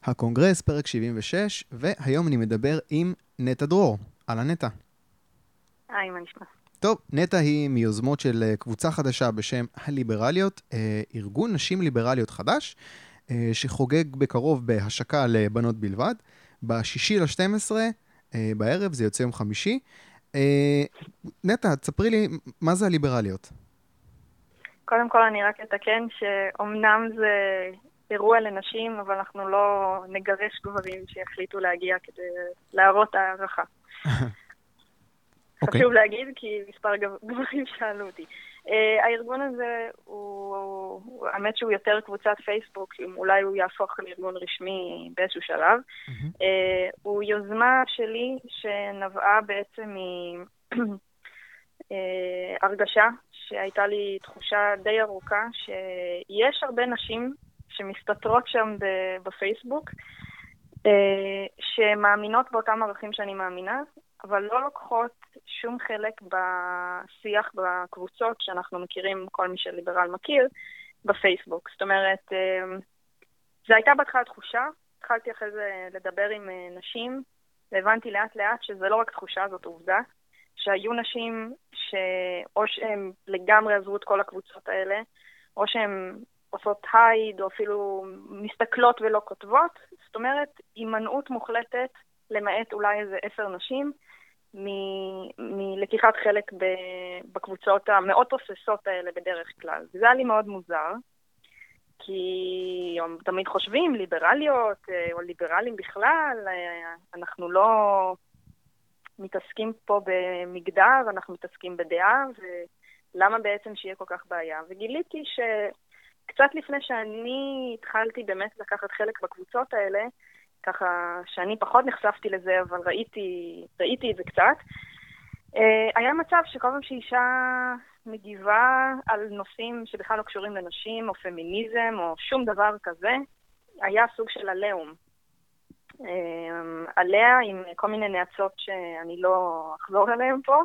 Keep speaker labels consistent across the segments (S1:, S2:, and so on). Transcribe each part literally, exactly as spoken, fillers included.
S1: הקונגרס, פרק שבעים ושש, והיום אני מדבר עם נטע דרור. אהלן נטע.
S2: היי, מה נשמע?
S1: טוב, נטע היא מיוזמות של קבוצה חדשה בשם הליברליות, ארגון נשים ליברליות חדש, שחוגג בקרוב בהשקה לבנות בלבד. בשישי ל-שתים עשרה בערב, זה יוצא יום חמישי. נטע, תספרי לי, מה זה הליברליות?
S2: קודם כל אני רק אתקן שאומנם זה אירוע לנשים, אבל אנחנו לא נגרש גברים שיחליטו להגיע כדי להראות הערכה.
S1: אוקיי.
S2: חשוב להגיד, כי מספר גברים שאלו אותי. Uh, הארגון הזה הוא, הוא, האמת שהוא יותר קבוצת פייסבוק, אולי הוא יהפוך לארגון רשמי באיזשהו שלב.
S1: Mm-hmm.
S2: Uh, הוא יוזמה שלי שנבעה בעצם מהרגשה, שהייתה לי תחושה די ארוכה, שיש הרבה נשים שמסתתרות שם בפייסבוק, uh, שמאמינות באותם ערכים שאני מאמינה, אבל לא לוקחות שום חלק בשיח בקבוצות שאנחנו מכירים, כל מי שליברל מכיר, בפייסבוק. זאת אומרת, זה הייתה בהתחלה תחושה, התחלתי אחרי זה לדבר עם נשים, והבנתי לאט לאט שזה לא רק תחושה, זאת עובדה, שהיו נשים שאו שהן לגמרי עזרו את כל הקבוצות האלה, או שהן עושות הייד, או אפילו מסתכלות ולא כותבות. זאת אומרת, הימנעות מוחלטת, למעט אולי איזה עשר נשים, מלקיחת חלק בקבוצות המאוד תוססות האלה בדרך כלל. זה היה לי מאוד מוזר, כי תמיד חושבים ליברליות או ליברלים בכלל, אנחנו לא מתעסקים פה במגדר, אנחנו מתעסקים בדעה, ולמה בעצם שיהיה כל כך בעיה. וגיליתי שקצת לפני שאני התחלתי באמת לקחת חלק בקבוצות האלה, ככה שאני פחות נחשפתי לזה, אבל ראיתי, ראיתי את זה קצת. היה מצב שכל פעם שאישה מגיבה על נושאים שבכלל לא קשורים לנשים, או פמיניזם, או שום דבר כזה, היה סוג של עליהום. עליה עם כל מיני נאצות שאני לא אחזור עליהן פה.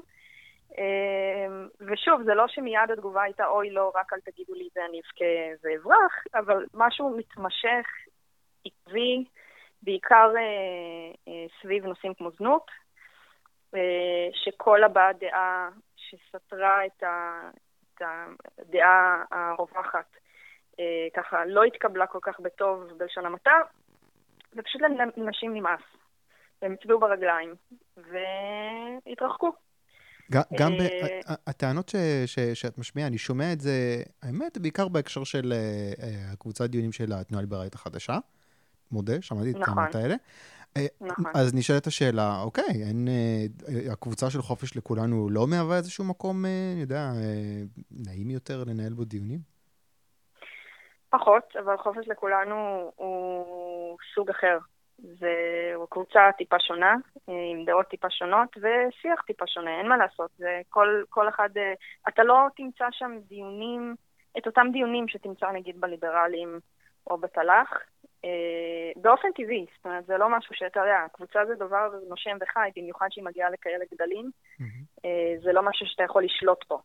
S2: ושוב, זה לא שמיד התגובה הייתה, אוי לא, רק אל תגידו לי זה, אני אבכה ואברח, אבל משהו מתמשך, עקבי, בעיקר אה, אה, סביב נושאים כמו זנות, אה, שכל הבעת דעה שסתרה את, ה, את הדעה הרווחת, אה, ככה לא התקבלה כל כך בטוב בלשון המעטה, ופשוט לנשים נמאס. והם הצביעו ברגליים, והתרחקו.
S1: גם הטענות שאת משמיעה, אני שומע את זה, האמת, בעיקר בהקשר של הקבוצת דיונים של התנועה הליברלית החדשה, מודה, שמעתי את הטענות האלה.
S2: נכון.
S1: אז נשאלת השאלה, אוקיי, אין, הקבוצה של חופש לכולנו לא מהווה איזשהו מקום, אני יודע, נעים יותר לנהל בו דיונים?
S2: פחות, אבל חופש לכולנו הוא סוג אחר. זו קבוצה טיפה שונה, עם דעות טיפה שונות, ושיח טיפה שונה, אין מה לעשות. זה כל, כל אחד, אתה לא תמצא שם דיונים, את אותם דיונים שתמצא נגיד בליברלים או בתל"ח, באופן טבעי. זאת אומרת, זה לא משהו שאתה יודע, הקבוצה זה דבר נושם וחי, במיוחד שהיא מגיעה לכאלה גדלים, mm-hmm. זה לא משהו שאתה יכול לשלוט פה.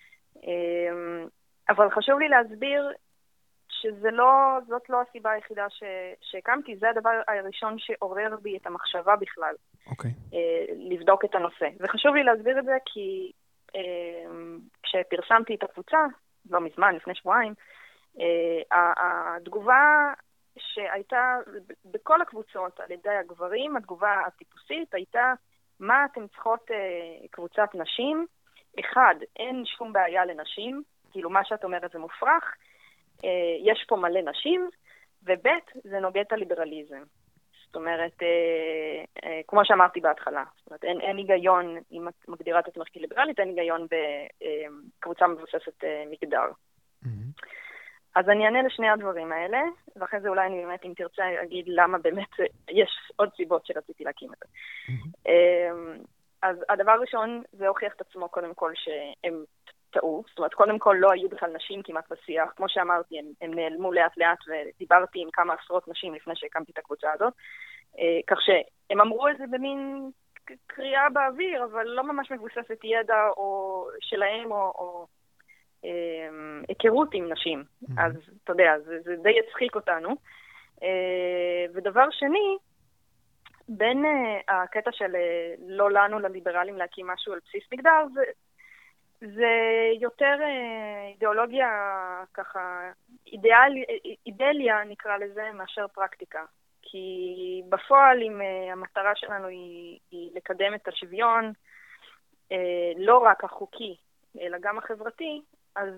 S2: אבל חשוב לי להסביר, שזה לא, זאת לא הסיבה היחידה ש, שהקמתי, זה הדבר הראשון שעורר בי את המחשבה בכלל,
S1: okay.
S2: אה, לבדוק את הנושא. וחשוב לי להסביר את זה כי אה, כשפרסמתי את הקבוצה, לא מזמן, לפני שבועיים, אה, התגובה שהייתה בכל הקבוצות על ידי הגברים, התגובה הטיפוסית הייתה, מה אתם צריכות אה, קבוצת נשים? אחד, אין שום בעיה לנשים, כאילו מה שאת אומרת זה מופרך, יש פה מלא נשים, ובית זה נוגד את הליברליזם. זאת אומרת, כמו שאמרתי בהתחלה, זאת אומרת, אין, אין היגיון, אם את מגדירה את עצמך כליברלית, אין היגיון בקבוצה מבוססת מגדר. Mm-hmm. אז אני אענה לשני הדברים האלה, ואחרי זה אולי אני באמת, אם תרצה, אגיד למה באמת יש עוד סיבות שרציתי להקים את זה. Mm-hmm. אז הדבר הראשון, זה הוכיח את עצמו קודם כל שהם טעו, זאת אומרת, קודם כל לא היו בכלל נשים כמעט בשיח, כמו שאמרתי, הם, הם נעלמו לאט לאט, ודיברתי עם כמה עשרות נשים לפני שהקמתי את הקבוצה הזאת, כך שהם אמרו את זה במין קריאה באוויר, אבל לא ממש מבוססת ידע או שלהם, או, או היכרות עם נשים. אז אתה יודע, זה, זה די הצחיק אותנו. ודבר שני, בין הקטע של לא לנו לליברלים להקים משהו על בסיס מגדר, זה, זה יותר אידיאולוגיה ככה, אידיאל, אידליה נקרא לזה, מאשר פרקטיקה. כי בפועל, אם המטרה שלנו היא, היא לקדם את השוויון, לא רק החוקי, אלא גם החברתי, אז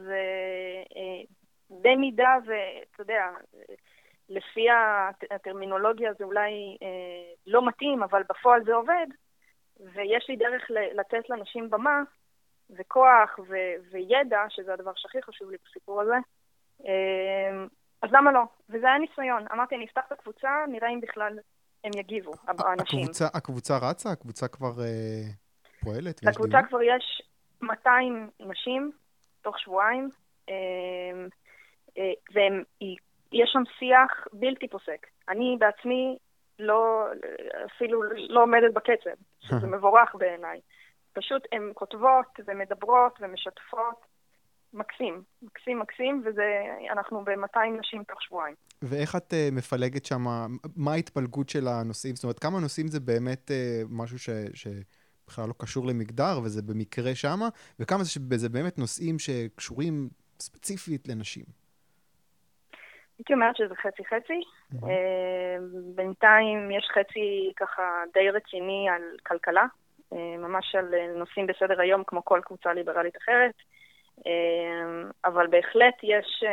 S2: במידה ואתה יודע, לפי הטרמינולוגיה זה אולי לא מתאים, אבל בפועל זה עובד, ויש לי דרך לתת לאנשים במה, וכוח ו- וידע, שזה הדבר שהכי חשוב לי בסיפור הזה, אז למה לא? וזה היה ניסיון. אמרתי, אני אפתח את הקבוצה, נראה אם בכלל הם יגיבו, האנשים.
S1: הקבוצה, הקבוצה רצה? הקבוצה כבר אה, פועלת?
S2: לקבוצה כבר יש מאתיים נשים, תוך שבועיים, אה, אה, ויש שם שיח בלתי פוסק. אני בעצמי לא, אפילו לא עומדת בקצב, שזה מבורך בעיניי. פשוט הן כותבות ומדברות ומשתפות. מקסים, מקסים, מקסים, ואנחנו ב-מאתיים נשים תוך שבועיים.
S1: ואיך את uh, מפלגת שם, מה ההתפלגות של הנושאים? זאת אומרת, כמה נושאים זה באמת uh, משהו ש, שבכלל לא קשור למגדר, וזה במקרה שם, וכמה זה, זה באמת נושאים שקשורים ספציפית לנשים?
S2: הייתי אומרת שזה חצי-חצי. Mm-hmm. בינתיים יש חצי ככה די רציני על כלכלה, ממש על נושאים בסדר היום כמו כל קבוצה ליברלית אחרת, אבל בהחלט יש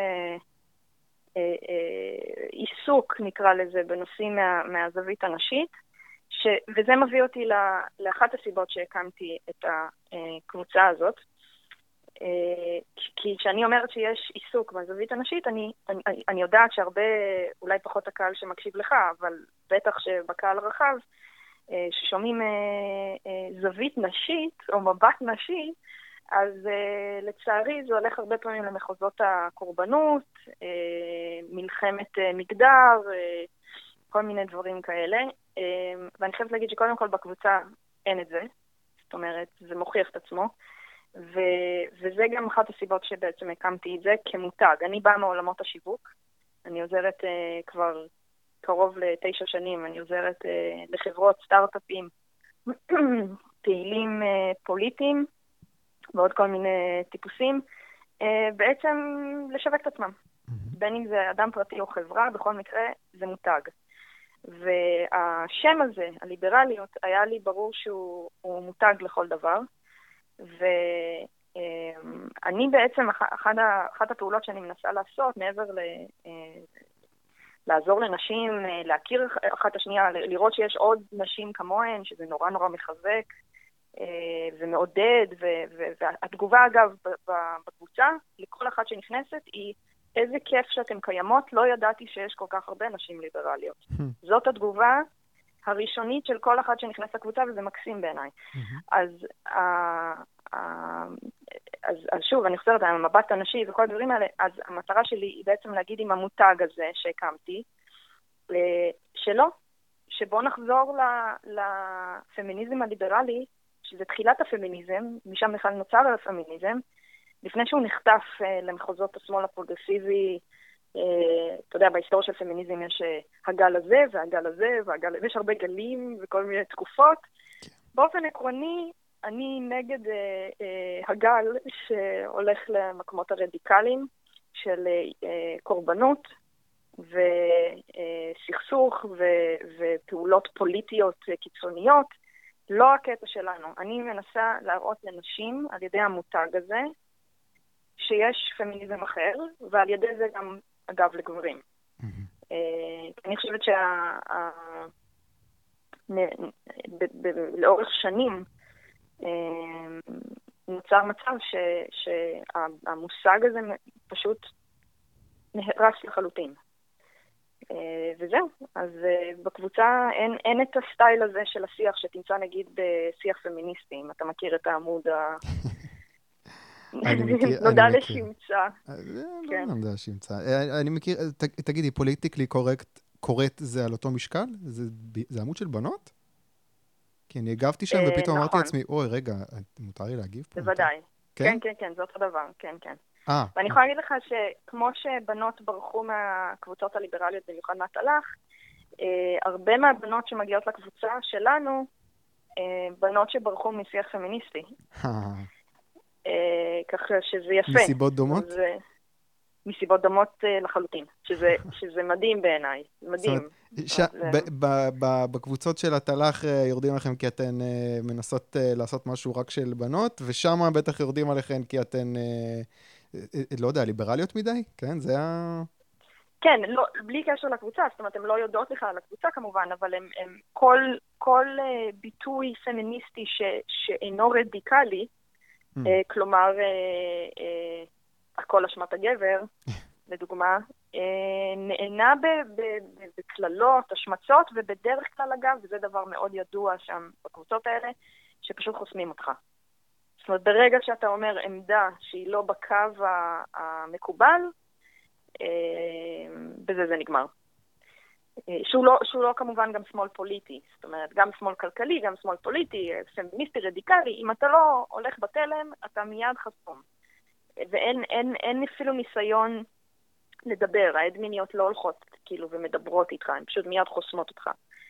S2: עיסוק, נקרא לזה, בנושאים מה, מהזווית הנשית, ש, וזה מביא אותי לאחת הסיבות שהקמתי את הקבוצה הזאת, כי כשאני אומרת שיש עיסוק בזווית הנשית, אני, אני, אני יודעת שהרבה, אולי פחות הקהל שמקשיב לך, אבל בטח שבקהל רחב, ששומעים זווית נשית או מבט נשי, אז uh, לצערי זה הולך הרבה פעמים למחוזות הקורבנות, uh, מלחמת uh, מגדר, uh, כל מיני דברים כאלה. Uh, ואני חייבת להגיד שקודם כל בקבוצה אין את זה. זאת אומרת, זה מוכיח את עצמו. ו- וזה גם אחת הסיבות שבעצם הקמתי את זה כמותג. אני באה מעולמות השיווק. אני עוזרת uh, כבר קרוב לתשע שנים. אני עוזרת uh, לחברות סטארט-אפים, פעילים uh, פוליטיים, ועוד כל מיני טיפוסים, בעצם לשווק את עצמם. בין אם זה אדם פרטי או חברה, בכל מקרה זה מותג. והשם הזה, הליברליות, היה לי ברור שהוא מותג לכל דבר, ואני בעצם, אחת הפעולות שאני מנסה לעשות, מעבר ל... לעזור לנשים, להכיר אחת השנייה, לראות שיש עוד נשים כמוהן, שזה נורא נורא מחזק, ומעודד, והתגובה אגב בקבוצה, לכל אחת שנכנסת, היא איזה כיף שאתם קיימות, לא ידעתי שיש כל כך הרבה נשים ליברליות. זאת התגובה הראשונית של כל אחת שנכנסת לקבוצה, וזה מקסים בעיניי. אז, אז, אז שוב, אני חוזרת, המבט הנשי וכל הדברים האלה, אז המטרה שלי היא בעצם להגיד עם המותג הזה שהקמתי, שלא, שבוא נחזור לפמיניזם הליברלי, שזה תחילת הפמיניזם, משם בכלל נוצר הפמיניזם, לפני שהוא נחטף uh, למחוזות השמאל הפרוגרסיבי, uh, אתה יודע, בהיסטוריה של פמיניזם יש uh, הגל הזה והגל הזה, והגל... ויש הרבה גלים וכל מיני תקופות. באופן עקרוני, אני נגד uh, uh, הגל שהולך למקומות הרדיקליים של uh, קורבנות וסכסוך uh, ו- ופעולות פוליטיות uh, קיצוניות, לא הקטע שלנו. אני מנסה להראות לנשים על ידי המותג הזה, שיש פמיניזם אחר, ועל ידי זה גם, אגב, לגברים. Mm-hmm. אני חושבת שלאורך שנים נוצר מצב שהמושג הזה פשוט נהרס לחלוטין. וזהו. אז בקבוצה אין, אין את הסטייל הזה של השיח שתמצא נגיד בשיח פמיניסטי, אם אתה מכיר את העמוד ה... נודע לשמצה.
S1: לא נודע לשמצה. אני מכיר, תגידי, פוליטיקלי קורקט זה על אותו משקל? זה עמוד של בנות? כי אני הגבתי שם ופתאום אמרתי לעצמי, אוי, רגע, מותר לי להגיב פה?
S2: בוודאי. כן, כן, כן, זה אותו דבר, כן, כן.
S1: אה.
S2: ואני יכולה להגיד לך שכמו שבנות ברחו מהקבוצות הליברליות, במיוחד מהתל"ח, הרבה מהבנות שמגיעות לקבוצה שלנו, בנות שברחו משיח פמיניסטי. ככה שזה יפה.
S1: מסיבות דומות?
S2: מסיבות דומות לחלוטין, שזה, שזה מדהים בעיניי, מדהים.
S1: ש... ב- ב- ב- בקבוצות של התל"ח יורדים לכם כי אתן מנסות לעשות משהו רק של בנות, ושם בטח יורדים עליכם כי אתן, לא יודע, ליברליות מדי? כן, זה ה...
S2: כן, לא, בלי קשר לקבוצה, זאת אומרת, הן לא יודעות לך על הקבוצה כמובן, אבל הם, הם, כל, כל uh, ביטוי פמיניסטי ש, שאינו רדיקלי, mm. uh, כלומר, uh, uh, הכל אשמת הגבר, לדוגמה, uh, נענה בכללות, השמצות, ובדרך כלל אגב, וזה דבר מאוד ידוע שם בקבוצות האלה, שפשוט חוסמים אותך. זאת אומרת, ברגע שאתה אומר עמדה שהיא לא בקו המקובל, בזה זה נגמר. שהוא לא, שהוא לא כמובן גם שמאל פוליטי, זאת אומרת, גם שמאל כלכלי, גם שמאל פוליטי, פמיניסטי, רדיקלי, אם אתה לא הולך בתלם, אתה מיד חסום. ואין אין, אין אפילו ניסיון לדבר, האדמיניות לא הולכות כאילו ומדברות איתך, הן פשוט מיד חוסמות אותך.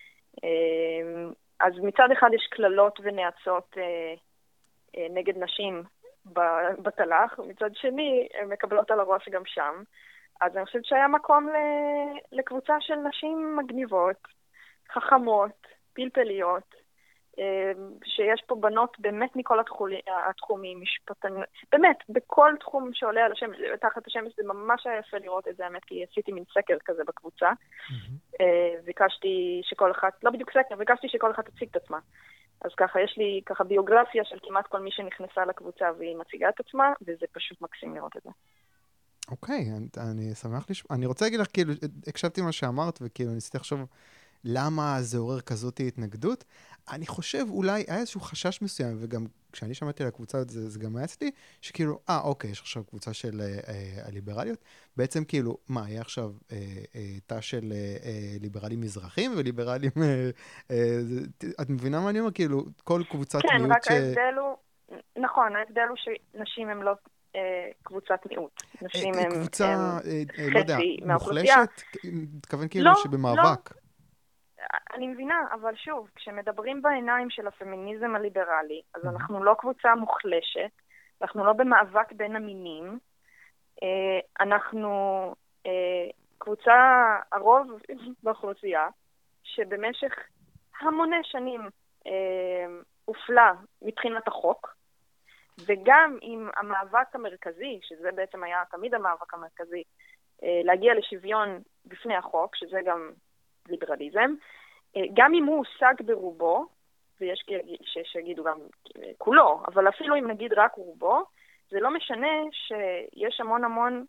S2: אז מצד אחד יש כללות ונאצות נגד נשים בתל"ח, ומצד שני הן מקבלות על הראש גם שם. אז אני חושבת שהיה מקום לקבוצה של נשים מגניבות, חכמות, פלפליות, שיש פה בנות באמת מכל התחומים, משפטנים, באמת, בכל תחום שעולה על השמש, תחת השמש, זה ממש היה יפה לראות את זה, האמת, כי עשיתי מין סקר כזה בקבוצה, ביקשתי שכל אחת, לא בדיוק סקר, ביקשתי שכל אחת תציג את עצמה. אז ככה, יש לי ככה ביוגרפיה של כמעט כל מי שנכנסה לקבוצה והיא מציגה את עצמה, וזה פשוט מקסים לראות את זה.
S1: אוקיי, אני, אני שמח לשמוע. אני רוצה להגיד לך, כאילו, הקשבתי מה שאמרת, וכאילו, ניסיתי לחשוב למה זה עורר כזאת התנגדות. אני חושב, אולי היה איזשהו חשש מסוים, וגם כשאני שמעתי על הקבוצה, זה, זה גם היה אצלי, שכאילו, אה, אוקיי, יש עכשיו קבוצה של אה, אה, הליברליות. בעצם, כאילו, מה, היה עכשיו אה, אה, תא של אה, אה, ליברלים מזרחים וליברלים... אה, אה, את מבינה מה אני אומר? כאילו, כל קבוצת
S2: כן,
S1: מיעוט
S2: רק
S1: ש...
S2: ההבדל הוא... נכון, ההבדל הוא שנשים הם לא... קבוצת מיעוט. נשים הם
S1: קבוצה, לא יודע, מוחלשת? מתכוון כאילו שבמאבק.
S2: אני מבינה, אבל שוב, כשמדברים בעיניים של הפמיניזם הליברלי, אז אנחנו לא קבוצה מוחלשת, אנחנו לא במאבק בין המינים, אנחנו קבוצה, הרוב באוכלוסייה, שבמשך המוני שנים הופלה מבחינת החוק, וגם עם המאבק המרכזי, שזה בעצם היה תמיד המאבק המרכזי, להגיע לשוויון בפני החוק, שזה גם ליברליזם, גם אם הוא הושג ברובו, ויש שיגידו גם כולו, אבל אפילו אם נגיד רק רובו, זה לא משנה שיש המון המון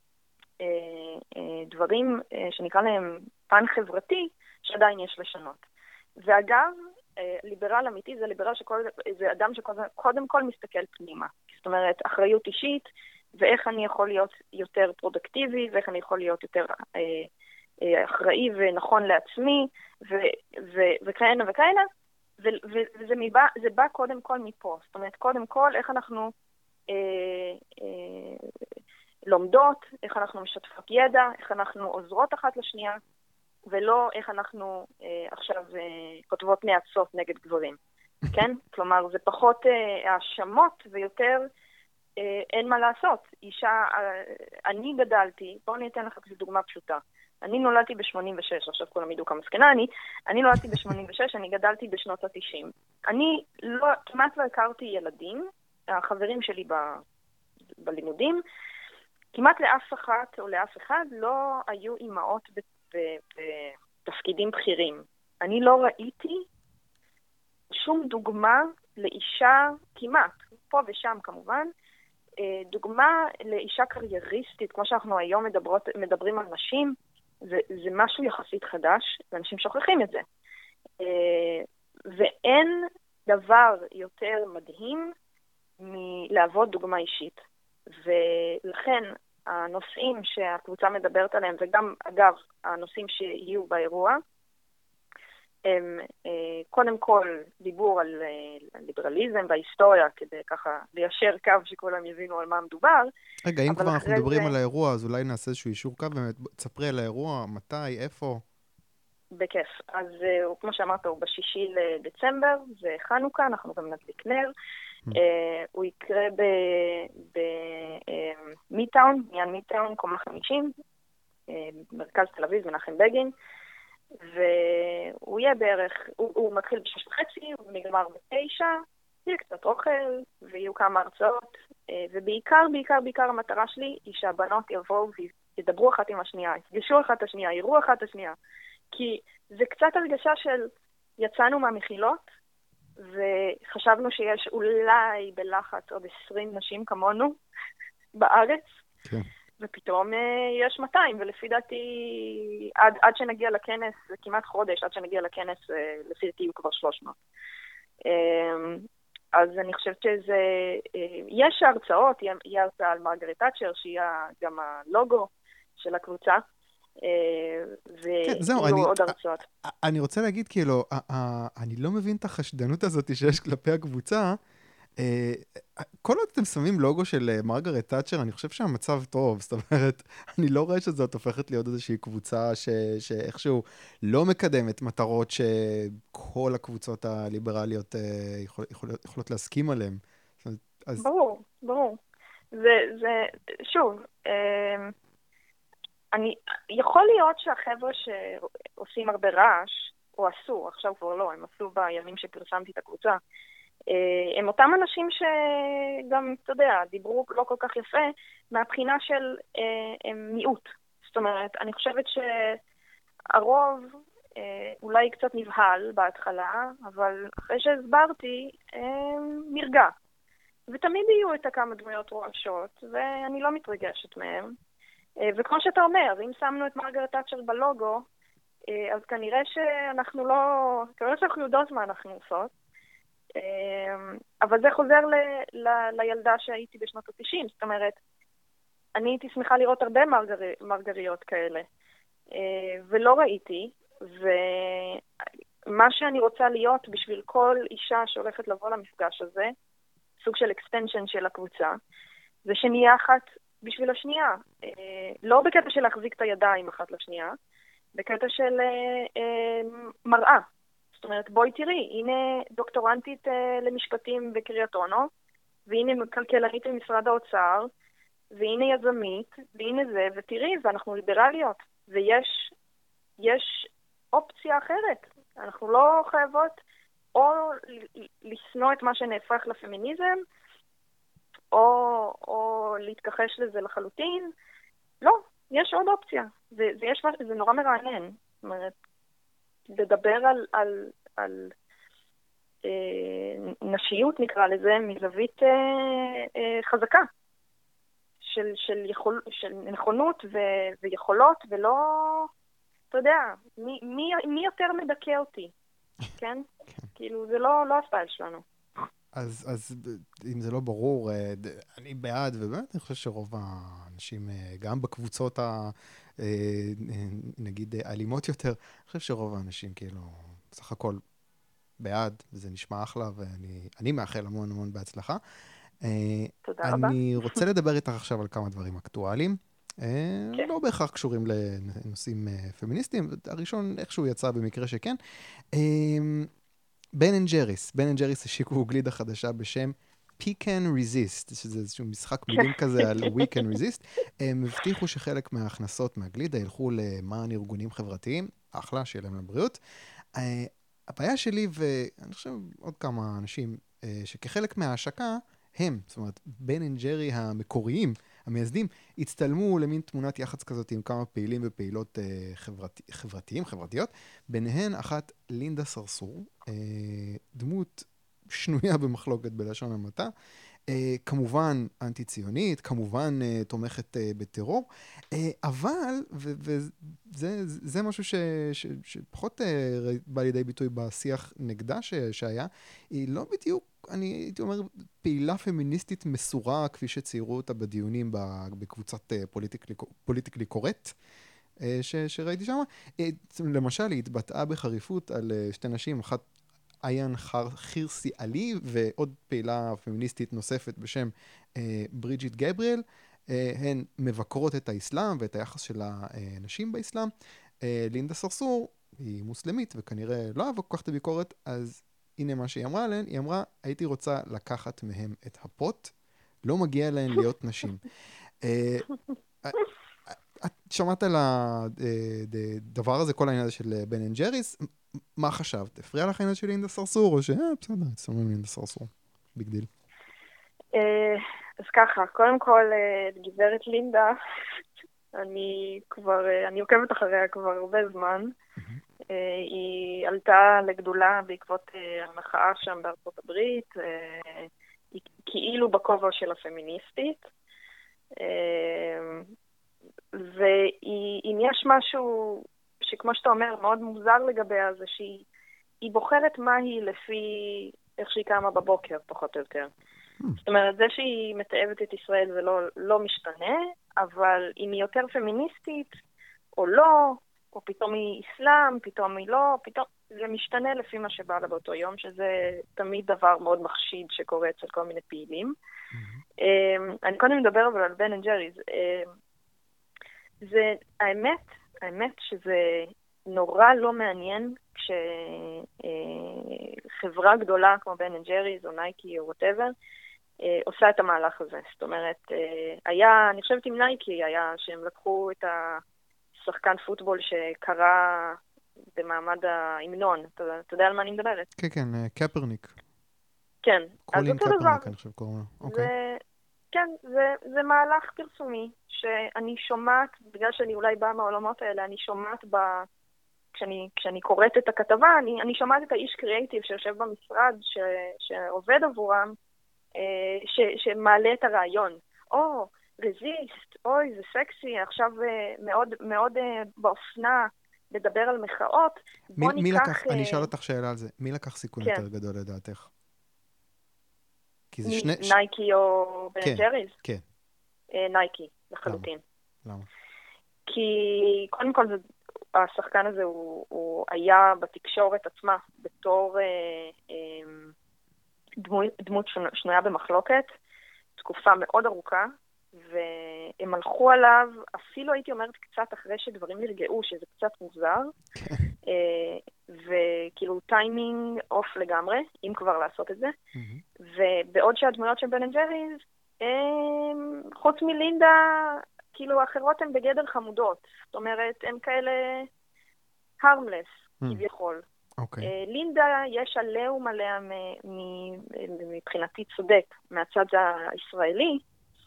S2: דברים שנקרא להם פן חברתי, שעדיין יש לשנות. ואגב, ליברל אמיתי זה ליברל שכל, זה אדם שקודם כל מסתכל פנימה. זאת אומרת, אחריות אישית, ואיך אני יכול להיות יותר פרודקטיבי, ואיך אני יכול להיות יותר אה, אה, אחראי ונכון לעצמי, ו, ו, וכהנה וכהנה, ו, ו, וזה מבא, זה בא קודם כל מפה. זאת אומרת, קודם כל, איך אנחנו אה, אה, לומדות, איך אנחנו משתפות ידע, איך אנחנו עוזרות אחת לשנייה, ולא איך אנחנו אה, עכשיו אה, כותבות נאצות נגד גברים, כן? כלומר, זה פחות אה, האשמות ויותר אה, אין מה לעשות. אישה, אה, אני גדלתי, בואו אני אתן לך דוגמה פשוטה. אני נולדתי ב-שמונים ושש, עכשיו כולם ידעו כמה סקנה אני, אני נולדתי ב-שמונים ושש, אני גדלתי בשנות ה-תשעים. אני לא, כמעט לא הכרתי ילדים, החברים שלי ב, בלימודים, כמעט לאף אחת או לאף אחד לא היו אימהות ב... בתפקידים בכירים. אני לא ראיתי שום דוגמה לאישה, כמעט, פה ושם כמובן, דוגמה לאישה קרייריסטית, כמו שאנחנו היום מדברות, מדברים על נשים, זה, זה משהו יחסית חדש, ואנשים שוכחים את זה. ואין דבר יותר מדהים מלעבוד דוגמה אישית. ולכן, הנושאים שהקבוצה מדברת עליהם, וגם, אגב, הנושאים שיהיו באירוע, הם קודם כל דיבור על ליברליזם וההיסטוריה, כדי ככה ליישר קו שכולם יבינו על מה מדובר.
S1: רגע, אם כבר אנחנו מדברים
S2: זה...
S1: על האירוע, אז אולי נעשה איזשהו אישור קו, באמת, תספרי על האירוע, מתי, איפה?
S2: בכיף. אז הוא, כמו שאמרת, הוא בשישי לדצמבר, זה חנוכה, אנחנו גם נדליק נר. הוא יקרה במיטאון, עניין מיטאון, קומה חמישים, מרכז תל אביב, מנחם בגין. והוא יהיה בערך, הוא, הוא מתחיל בשש וחצי, הוא נגמר בתשע, יהיה קצת אוכל, ויהיו כמה הרצאות, ובעיקר, בעיקר, בעיקר המטרה שלי היא שהבנות יבואו וידברו אחת עם השנייה, יפגשו אחת השנייה, יראו אחת השנייה, כי זה קצת הרגשה של יצאנו מהמחילות, וחשבנו שיש אולי בלחץ עוד עשרים נשים כמונו בארץ, כן. ופתאום יש מאתיים, ולפי דעתי, עד, עד שנגיע לכנס, זה כמעט חודש, עד שנגיע לכנס, לפי דעתי הוא כבר שלוש מאות. אז אני חושבת שזה, יש הרצאות, יהיה הרצאה על מרגרט תאצ'ר, שהיא גם הלוגו של הקבוצה, ויהיו עוד הרצאות.
S1: אני רוצה להגיד, כאילו, אני לא מבין את החשדנות הזאת שיש כלפי הקבוצה, כל עוד אתם שמים לוגו של מרגרט תאצ'ר, אני חושב שהמצב טוב, זאת אומרת, אני לא רואה שזאת הופכת להיות איזושהי קבוצה שאיכשהו לא מקדמת מטרות שכל הקבוצות הליברליות יכולות להסכים עליהן.
S2: ברור, ברור. זה, שוב, אני, יכול להיות שהחבר'ה שעושים הרבה רעש, או עשו, עכשיו כבר לא, הם עשו בימים שפרסמתי את הקבוצה, הם אותם אנשים שגם, אתה יודע, דיברו לא כל כך יפה, מהבחינה של הם מיעוט. זאת אומרת, אני חושבת שהרוב אולי קצת נבהל בהתחלה, אבל אחרי שהסברתי, נרגע. ותמיד יהיו את הכמה דמויות רועשות, ואני לא מתרגשת מהם. וכמו שאתה אומר, אם שמנו את מרגרט תאצ'ר בלוגו, אז כנראה שאנחנו לא, כנראה שאנחנו יודעות מה אנחנו עושות. אבל זה חוזר ל, ל, לילדה שהייתי בשנות ה-תשעים, זאת אומרת, אני הייתי שמחה לראות הרבה מרגר, מרגריות כאלה, ולא ראיתי, ומה שאני רוצה להיות בשביל כל אישה שהולכת לבוא למפגש הזה, סוג של extension של הקבוצה, זה שנהיה אחת בשביל השנייה, לא בקטע של להחזיק את הידיים אחת לשנייה, בקטע של מראה. זאת אומרת, בואי תראי, הנה דוקטורנטית אה, למשפטים בקריית אונו, והנה כלכלנית במשרד האוצר, והנה יזמית, והנה זה, ותראי, ואנחנו ליברליות, ויש יש אופציה אחרת. אנחנו לא חייבות או לסנוע את מה שנהפך לפמיניזם, או, או להתכחש לזה לחלוטין. לא, יש עוד אופציה, זה, זה, יש, זה נורא מרענן. זאת אומרת, לדבר על, על, על אה, נשיות, נקרא לזה, מזווית אה, אה, חזקה, של, של, יכול, של נכונות ו, ויכולות, ולא, אתה יודע, מי, מי, מי יותר מדכא אותי, כן? כאילו, זה לא, לא הסטייל שלנו.
S1: אז, אז אם זה לא ברור, אני בעד, ובאמת אני חושב שרוב האנשים, גם בקבוצות ה... נגיד אלימות יותר, אני חושב שרוב האנשים כאילו, בסך הכל בעד, וזה נשמע אחלה, ואני מאחל המון המון בהצלחה.
S2: תודה רבה.
S1: אני רוצה לדבר איתך עכשיו על כמה דברים אקטואליים, לא בהכרח קשורים לנושאים פמיניסטיים, הראשון איכשהו יצא במקרה שכן. בן אנד ג'ריס, בן אנד ג'ריס השיקו גלידה חדשה בשם Pick and Resist, שזה איזשהו משחק מילים כזה על We Can Resist. הם הבטיחו שחלק מההכנסות מהגלידה ילכו למען ארגונים חברתיים, אחלה, שיהיה להם לבריאות. הבעיה שלי, ואני חושב עוד כמה אנשים, שכחלק מההשקה, הם, זאת אומרת, בן אנד ג'רי המקוריים, המייסדים, הצטלמו למין תמונת יח"צ כזאת עם כמה פעילים ופעילות חברתי, חברתיים, חברתיות, ביניהן אחת לינדה סרסור, דמות שנויה במחלוקת בלשון המעטה, כמובן אנטי-ציונית, כמובן תומכת בטרור, אבל, וזה זה משהו ש, ש, שפחות בא לידי ביטוי בשיח נגדה ש, שהיה, היא לא בדיוק, אני הייתי אומר, פעילה פמיניסטית מסורה, כפי שציירו אותה בדיונים בקבוצת פוליטיקלי, פוליטיקלי קורט, ש, שראיתי שם. למשל, היא התבטאה בחריפות על שתי נשים, אחת איין חירסי עלי, ועוד פעילה פמיניסטית נוספת בשם בריג'יט גבריאל. הן מבקרות את האסלאם ואת היחס של הנשים באסלאם. לינדה סרסור היא מוסלמית, וכנראה לא אהבה כל כך את הביקורת, אז הנה מה שהיא אמרה עליהן, היא אמרה, הייתי רוצה לקחת מהם את הפוט, לא מגיע להן להיות נשים. את שמעת על הדבר הזה, כל העניין הזה של בן אנד ג'ריס, מה חשבת? הפריע לך העניין של לינדה סרסור, או שאה, בסדר, שמים לינדה סרסור, ביג דיל.
S2: אז ככה, קודם כל, גברת לינדה, אני כבר, אני עוקבת אחריה כבר הרבה זמן. היא עלתה לגדולה בעקבות המחאה שם בארצות הברית, היא כאילו בכובע של הפמיניסטית. ואם יש משהו שכמו שאתה אומר מאוד מוזר לגביה, זה שהיא בוחרת מה היא לפי איך שהיא קמה בבוקר, פחות או יותר. זאת אומרת, זה שהיא מתאהבת את ישראל זה לא, לא משתנה, אבל אם היא יותר פמיניסטית או לא, או פתאום היא אסלאם, פתאום היא לא, פתאום זה משתנה לפי מה שבא לה באותו יום, שזה תמיד דבר מאוד מחשיד שקורה אצל כל מיני פעילים. אני קודם מדבר אבל על בן אנד ג'ריז. זה האמת, האמת שזה נורא לא מעניין כשחברה גדולה כמו בן אנד ג'ריז או נייקי או whatever, עושה את המהלך הזה. זאת אומרת, היה, אני חושבת עם נייקי היה שהם לקחו את השחקן פוטבול שקרא במעמד ההמנון. אתה, אתה יודע על מה אני מדברת?
S1: כן, כן, קפרניק.
S2: כן,
S1: קולין קפרניק, אני חושב קוראים לו. אוקיי.
S2: כן, זה, זה מהלך פרסומי שאני שומעת, בגלל שאני אולי באה מהעולמות האלה, אני שומעת ב... כשאני, כשאני קוראת את הכתבה, אני, אני שומעת את האיש קריאייטיב שיושב במשרד, ש, שעובד עבורם, ש, שמעלה את הרעיון. או, רזיסט, אוי, זה סקסי, עכשיו מאוד, מאוד באופנה לדבר על מחאות.
S1: מי, מי ניקח, לקח, אני אשאל אותך שאלה על זה. מי לקח סיכון כן. יותר גדול לדעתך?
S2: שני... נייקי או בן אנד ג'ריז?
S1: כן.
S2: נייקי, לחלוטין.
S1: למה? למה?
S2: כי קודם כל זה, השחקן הזה הוא, הוא היה בתקשורת עצמה בתור אה, אה, דמות, דמות שנויה במחלוקת, תקופה מאוד ארוכה, והם הלכו עליו, אפילו הייתי אומרת קצת אחרי שדברים נרגעו, שזה קצת מוזר, אה, וכאילו טיימינג אוף לגמרי, אם כבר לעשות את זה, ובעוד שהדמויות של בן אנד ג'ריז, חוץ מלינדה, כאילו האחרות הן בגדר חמודות, זאת אומרת, הן כאלה הרמלס, כביכול. לינדה יש עליהום עליה מבחינתי צודק, מהצד הישראלי,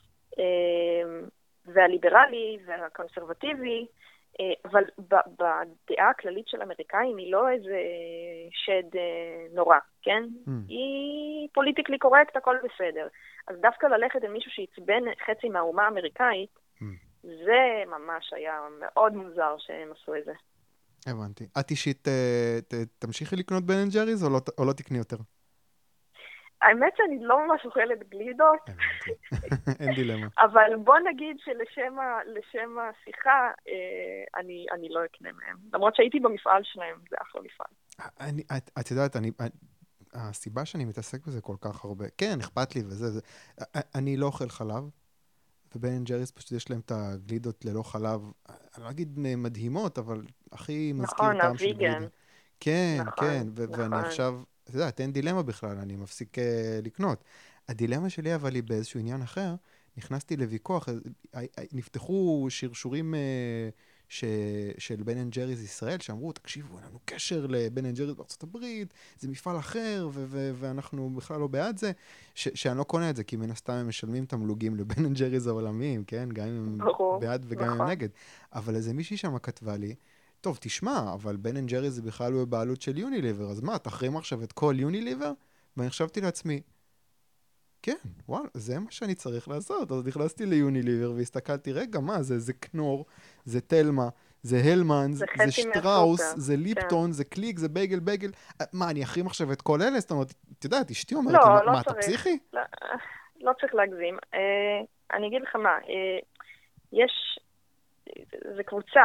S2: והליברלי והקונסרבטיבי, אבל בדעה הכללית של אמריקאים היא לא איזה שד נורא, כן? היא פוליטיקלי קורקט, הכל בסדר. אז דווקא ללכת עם מישהו שיצבן חצי מהאומה האמריקאית, זה ממש היה מאוד מוזר שהם עשו את זה.
S1: הבנתי. את אישית תמשיכי לקנות בן אנד ג'ריז או לא תקני יותר?
S2: האמת שאני לא ממש אוכלת גלידות.
S1: אין דילמה.
S2: אבל בוא נגיד שלשם השיחה, אני, אני לא אקנה מהם. למרות שהייתי במפעל שלהם, זה אחלה מפעל.
S1: אני, את, את יודעת, אני, הסיבה שאני מתעסק בזה כל כך הרבה, כן, אכפת לי וזה, זה, אני לא אוכל חלב, ובן אנד ג'ריס פשוט יש להם את הגלידות ללא חלב, אני לא אגיד מדהימות, אבל הכי מזכיר
S2: נכון,
S1: טעם של גלידה. כן,
S2: נכון,
S1: כן, ו-
S2: נכון.
S1: ואני עכשיו, אתה יודע, אין דילמה בכלל, אני מפסיק uh, לקנות. הדילמה שלי אבל היא באיזשהו עניין אחר, נכנסתי לוויכוח, נפתחו שרשורים uh, ש... של בן אנד ג'ריס ישראל, שאמרו, תקשיבו, אין לנו קשר לבן אנד ג'ריס בארצות הברית, זה מפעל אחר, ו- ו- ואנחנו בכלל לא בעד זה, ש- שאני לא קונה את זה, כי מן הסתם הם משלמים תמלוגים לבן אנד ג'ריס העולמיים, כן? גם אם הם בעד וגם אם הם נגד. אבל איזה מישהי שם כתבה לי, טוב, תשמע, אבל בן אנד ג'ריס זה בכלל לא בבעלות של יוניליבר, אז מה, תחרים עכשיו את כל יוניליבר? ואני חשבתי לעצמי, כן, וואל, זה מה שאני צריך לעשות. אז נכנסתי ליוניליבר והסתכלתי, רגע, מה, זה, זה קנור, זה תלמה, זה הלמנס, זה,
S2: זה
S1: שטראוס,
S2: מהסופר.
S1: זה ליפטון, כן. זה קליק, זה בייגל בייגל. מה, אני אחרים עכשיו את כל אלה? זאת אומרת, אתה יודעת, אשתי אומרת
S2: לא,
S1: לי,
S2: לא
S1: מה,
S2: צריך.
S1: אתה פסיכי?
S2: לא, לא צריך להגזים. אה, אני אגיד לך מה, אה, יש, זה קבוצה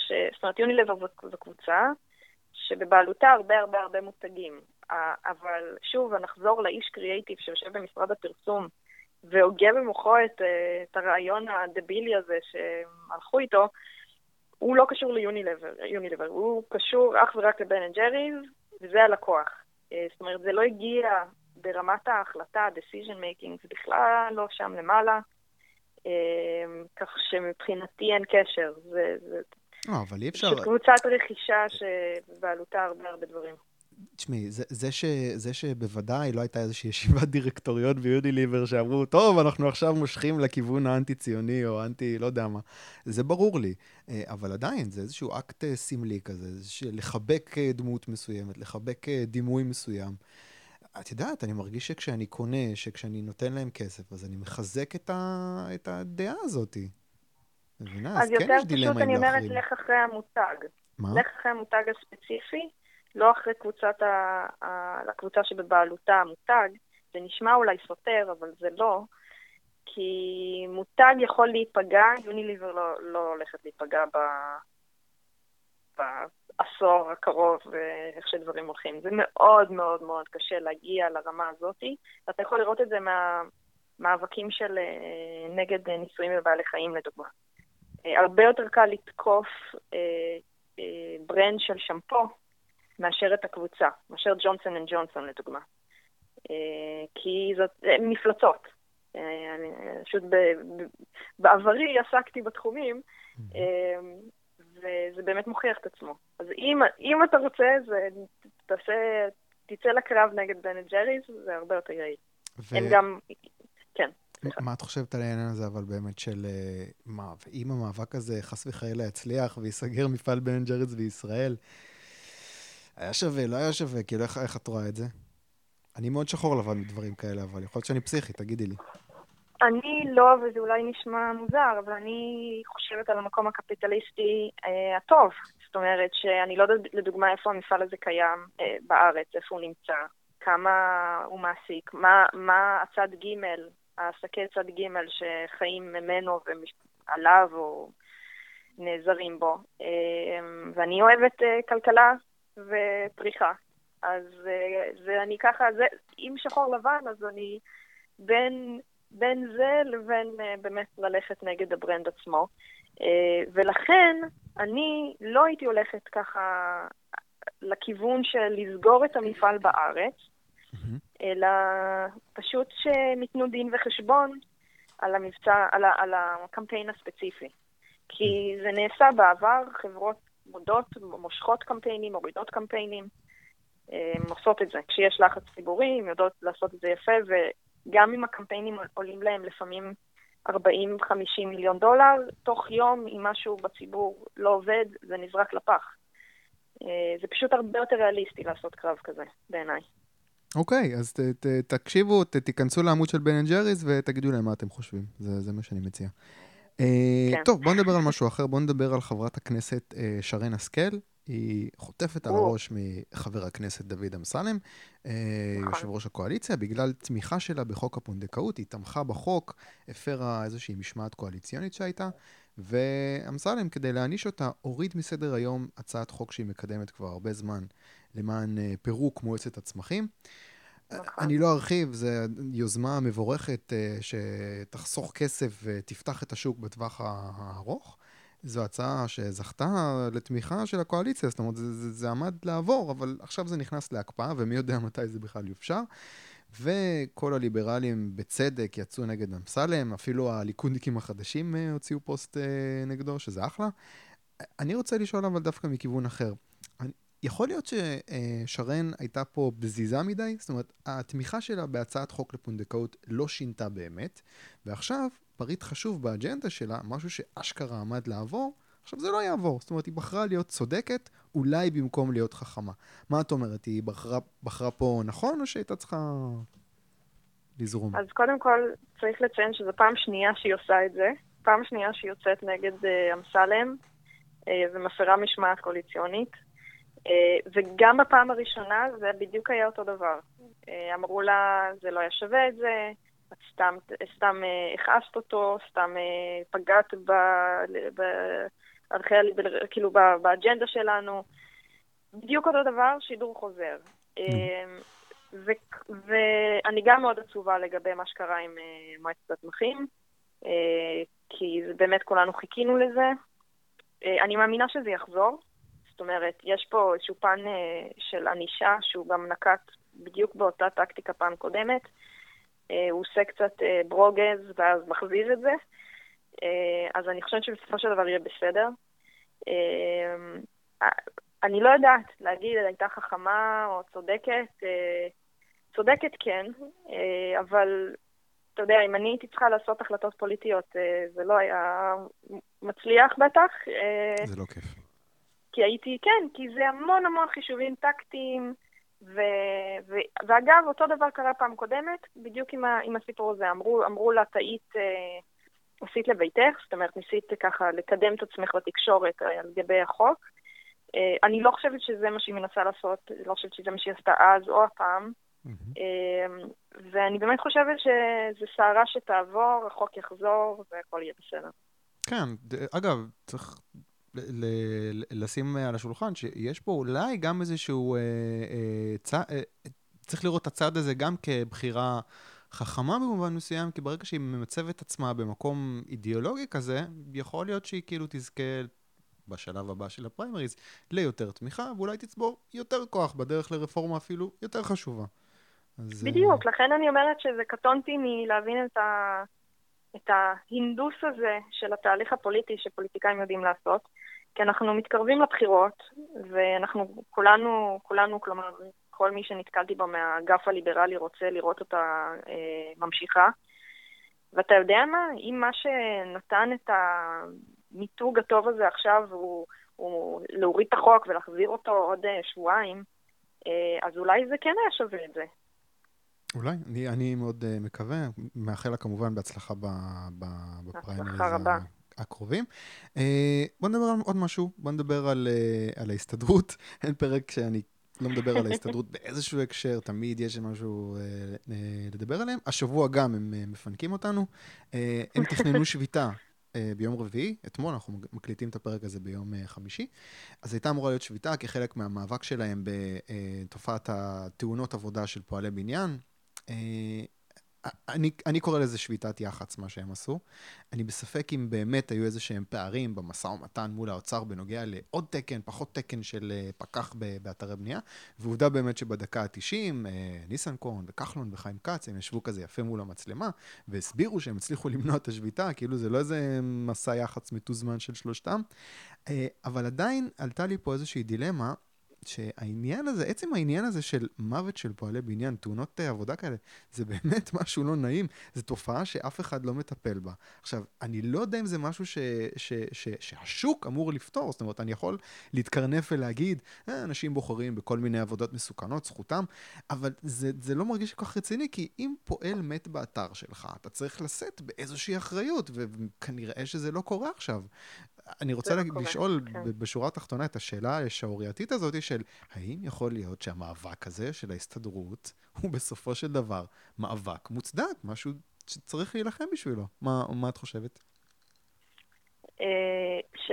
S2: ש... זאת אומרת, יונילבר זו קבוצה שבבעלותה הרבה הרבה הרבה מותגים. אבל שוב, נחזור לאיש קריאייטיב שיושב במשרד הפרסום, והוגה במוחו את, את הרעיון הדבילי הזה שהלכו איתו, הוא לא קשור ליוניליבר, יוניליבר, הוא קשור אך ורק לבן אנד ג'ריז, וזה הלקוח. זאת אומרת, זה לא הגיע ברמת ההחלטה, decision making, זה בכלל לא שם למעלה, כך שמבחינתי אין קשר. זה, זה...
S1: לא, אבל אי אפשר...
S2: פשוט קבוצת רכישה שבעלותה הרבה הרבה דברים.
S1: תשמעי, זה, זה, ש, זה שבוודאי לא הייתה איזושהי ישיבת דירקטוריון ביוניליבר שאמרו, טוב, אנחנו עכשיו מושכים לכיוון האנטי-ציוני או אנטי, לא יודע מה. זה ברור לי. אבל עדיין, זה איזשהו אקט סמלי כזה, לחבק דמות מסוימת, לחבק דימוי מסוים. את יודעת, אני מרגיש שכשאני קונה, שכשאני נותן להם כסף, אז אני מחזק את, ה, את הדעה הזאת. מבינה? אז, אז כן יש דילמה
S2: פשוט אני אומרת, לך אחרי המותג.
S1: מה?
S2: לך אחרי המותג הספציפי, לא אחרי קבוצת ה... הקבוצה שבבעלותה המותג. זה נשמע אולי סותר, אבל זה לא. כי מותג יכול להיפגע, יוניליבר לא, לא הולכת להיפגע ב... בעשור הקרוב, ואיך שדברים הולכים. זה מאוד מאוד מאוד קשה להגיע לרמה הזאת. ואתה יכול לראות את זה מהמאבקים של נגד ניסויים בבעלי חיים, לדוגמה. הרבה יותר קל לתקוף ברנד של שמפו, מאשר את הקבוצה, מאשר ג'ונסון אנד ג'ונסון לדוגמה. כי זאת מפלצות. אני פשוט בעברי עסקתי בתחומים, וזה באמת מוכיח את עצמו. אז אם, אם אתה רוצה, זה, תעשה, תצא לקרב נגד בן אנד ג'ריז, זה הרבה יותר יעיל. הם גם, כן.
S1: מה את חושבת על העניין הזה, אבל באמת של מה, ואם המאבק הזה חס וחלילה יצליח ויסגר מפעל בן אנד ג'ריז בישראל, היה שווה, לא היה שווה, כאילו איך, איך את רואה את זה? אני מאוד שחור לבן מדברים כאלה, אבל יכול להיות שאני פסיכי, תגידי לי.
S2: אני לא, וזה אולי נשמע מוזר, אבל אני חושבת על המקום הקפיטליסטי אה, הטוב. זאת אומרת שאני לא יודעת לדוגמה איפה המפעל הזה קיים אה, בארץ, איפה הוא נמצא, כמה הוא מעסיק, מה, מה הצד ג', העסקי צד ג' שחיים ממנו ועליו או נעזרים בו. אה, ואני אוהבת אה, כלכלה ופריחה. אז זה אני ככה, זה, אם שחור לבן, אז אני בין, בין זה לבין באמת ללכת נגד הברנד עצמו. ולכן אני לא הייתי הולכת ככה לכיוון של לסגור את המפעל בארץ, אלא פשוט שניתנו דין וחשבון על המבצע, על, על הקמפיין הספציפי. כי זה נעשה בעבר, חברות מודות, מושכות קמפיינים, מורידות קמפיינים, הן עושות את זה. כשיש לחץ ציבורי, הן יודעות לעשות את זה יפה, וגם אם הקמפיינים עולים להם לפעמים ארבעים חמישים מיליון דולר, תוך יום אם משהו בציבור לא עובד, זה נזרק לפח. זה פשוט הרבה יותר ריאליסטי לעשות קרב כזה, בעיניי.
S1: אוקיי, אז ת, ת, תקשיבו, ת, תיכנסו לעמוד של בן אנד ג'ריז ותגידו להם מה אתם חושבים. זה, זה מה שאני מציע. כן. טוב, בואו נדבר על משהו אחר. בואו נדבר על חברת הכנסת שרן השכל. היא חוטפת על הראש מחבר הכנסת דוד אמסלם, יושב ראש הקואליציה, בגלל תמיכה שלה בחוק הפונדקאות. היא תמכה בחוק, הפרה איזושהי משמעת קואליציונית שהייתה, ואמסלם, כדי להעניש אותה, הוריד מסדר היום הצעת חוק שהיא מקדמת כבר הרבה זמן, למען פירוק מועצת הצמחים. אני לא ארחיב, זו יוזמה מבורכת שתחסוך כסף ותפתח את השוק בטווח הארוך. זו הצעה שזכתה לתמיכה של הקואליציה, זאת אומרת, זה, זה, זה עמד לעבור, אבל עכשיו זה נכנס להקפאה, ומי יודע מתי זה בכלל יופשר. וכל הליברלים בצדק יצאו נגד אמסלם, אפילו הליכודניקים החדשים הוציאו פוסט נגדו, שזה אחלה. אני רוצה לשאול אבל דווקא מכיוון אחר. יכול להיות ששרן הייתה פה בזיזה מדי? זאת אומרת, התמיכה שלה בהצעת חוק לפונדקאות לא שינתה באמת, ועכשיו פריט חשוב באג'נדה שלה, משהו שאשכרה עמד לעבור, עכשיו זה לא יעבור. זאת אומרת, היא בחרה להיות צודקת, אולי במקום להיות חכמה. מה את אומרת? היא בחרה, בחרה פה נכון, או שהייתה צריכה לזרום?
S2: אז קודם כל, צריך לציין שזו פעם שנייה שהיא עושה את זה. פעם שנייה שהיא יוצאת נגד uh, אמסלם, uh, ומפרה משמעת קואליציונית. Uh, וגם בפעם הראשונה זה בדיוק היה אותו דבר. Uh, אמרו לה, זה לא היה שווה את זה, את סתם, סתם uh, הכעסת אותו, סתם uh, פגעת ערכי הליברליות, כאילו באג'נדה שלנו, בדיוק אותו דבר, שידור חוזר. ואני גם מאוד עצובה לגבי מה שקרה עם מועצת הצמחים, כי באמת כולנו חיכינו לזה. אני מאמינה שזה יחזור, זאת אומרת, יש פה איזשהו פן של ענישה, שהוא גם נקט בדיוק באותה טקטיקה פעם קודמת, הוא עושה קצת ברוגז ואז מחזיר את זה, אז אני חושבת שבסופו של דבר יהיה בסדר. אני לא יודעת להגיד, הייתה חכמה או צודקת, צודקת כן, אבל אתה יודע, אם אני הייתי צריכה לעשות החלטות פוליטיות, זה לא היה מצליח בטח.
S1: זה לא כיף.
S2: כי הייתי, כן, כי זה המון המון חישובים טקטיים, ו... ו... ואגב, אותו דבר קרה פעם קודמת, בדיוק עם, ה... עם הסיפור הזה. אמרו, אמרו לה, תאית, עשית לביתך, זאת אומרת, ניסית ככה לקדם את עצמך בתקשורת על גבי החוק. אני לא חושבת שזה מה שהיא מנסה לעשות, לא חושבת שזה מה שהיא עשתה אז או הפעם. ואני באמת חושבת שזה סערה שתעבור, החוק יחזור, והכל יהיה בסדר.
S1: כן, אגב, צריך לשים על השולחן שיש פה אולי גם איזשהו, צריך לראות את הצעד הזה גם כבחירה חכמה במובן מסוים, כי ברגע שהיא ממצבת עצמה במקום אידיאולוגי כזה, יכול להיות שהיא כאילו תזכה בשלב הבא של הפריימריז ליותר תמיכה, ואולי תצבור יותר כוח בדרך לרפורמה אפילו יותר חשובה. אז...
S2: בדיוק, לכן אני אומרת שזה קטונתי מלהבין את, ה... את ההינדוס הזה של התהליך הפוליטי שפוליטיקאים יודעים לעשות, כי אנחנו מתקרבים לבחירות, ואנחנו כולנו, כולנו, כלומר, כל מי שנתקלתי בו מהאגף הליברלי רוצה לראות אותה אה, ממשיכה, ואתה יודע מה? אם מה שנתן את המיתוג הטוב הזה עכשיו הוא, הוא להוריד את החוק ולהחזיר אותו עוד אה, שבועיים, אה, אז אולי זה כן היה שווה את זה.
S1: אולי, אני, אני מאוד uh, מקווה, מאחל לה כמובן בהצלחה בפריימריז הקרובים. Uh, בוא נדבר על עוד משהו, בוא נדבר על, uh, על ההסתדרות. אין פרק שאני לא מדבר על ההסתדרות באיזשהו הקשר, תמיד יש משהו uh, uh, לדבר עליהם. השבוע גם הם uh, מפנקים אותנו. Uh, הם תכננו שביתה uh, ביום רביעי, אתמול אנחנו מקליטים את הפרק הזה ביום uh, חמישי. אז הייתה אמורה להיות שביתה כחלק מהמאבק שלהם בתופעת התאונות עבודה של פועלי בניין. אני, אני קורא לזה שביתת יח"צ, מה שהם עשו. אני בספק אם באמת היו איזה שהם פערים במשא ומתן מול האוצר בנוגע לעוד תקן, פחות תקן של פקח באתרי בנייה, ועובדה באמת שבדקה ה-תשעים, ניסנקורן וכחלון וחיים כץ, הם ישבו כזה יפה מול המצלמה, והסבירו שהם הצליחו למנוע את השביתה, כאילו זה לא איזה מסע יח"צ מתוזמן של שלושתם. אבל עדיין עלתה לי פה איזושהי דילמה, שהעניין הזה, עצם העניין הזה של מוות של פועלי בניין, תאונות עבודה כאלה, זה באמת משהו לא נעים, זו תופעה שאף אחד לא מטפל בה. עכשיו, אני לא יודע אם זה משהו ש, ש, ש, שהשוק אמור לפתור, זאת אומרת, אני יכול להתקרנף ולהגיד, אה, אנשים בוחרים בכל מיני עבודות מסוכנות, זכותם, אבל זה, זה לא מרגיש כל כך רציני, כי אם פועל מת באתר שלך, אתה צריך לשאת באיזושהי אחריות, וכנראה שזה לא קורה עכשיו. אני רוצה לשאול בשורה התחתונה את השאלה השערורייתית הזאת של האם יכול להיות שהמאבק הזה של ההסתדרות הוא בסופו של דבר מאבק מוצדק, משהו שצריך להילחם בשבילו. מה, מה את חושבת?
S2: ש...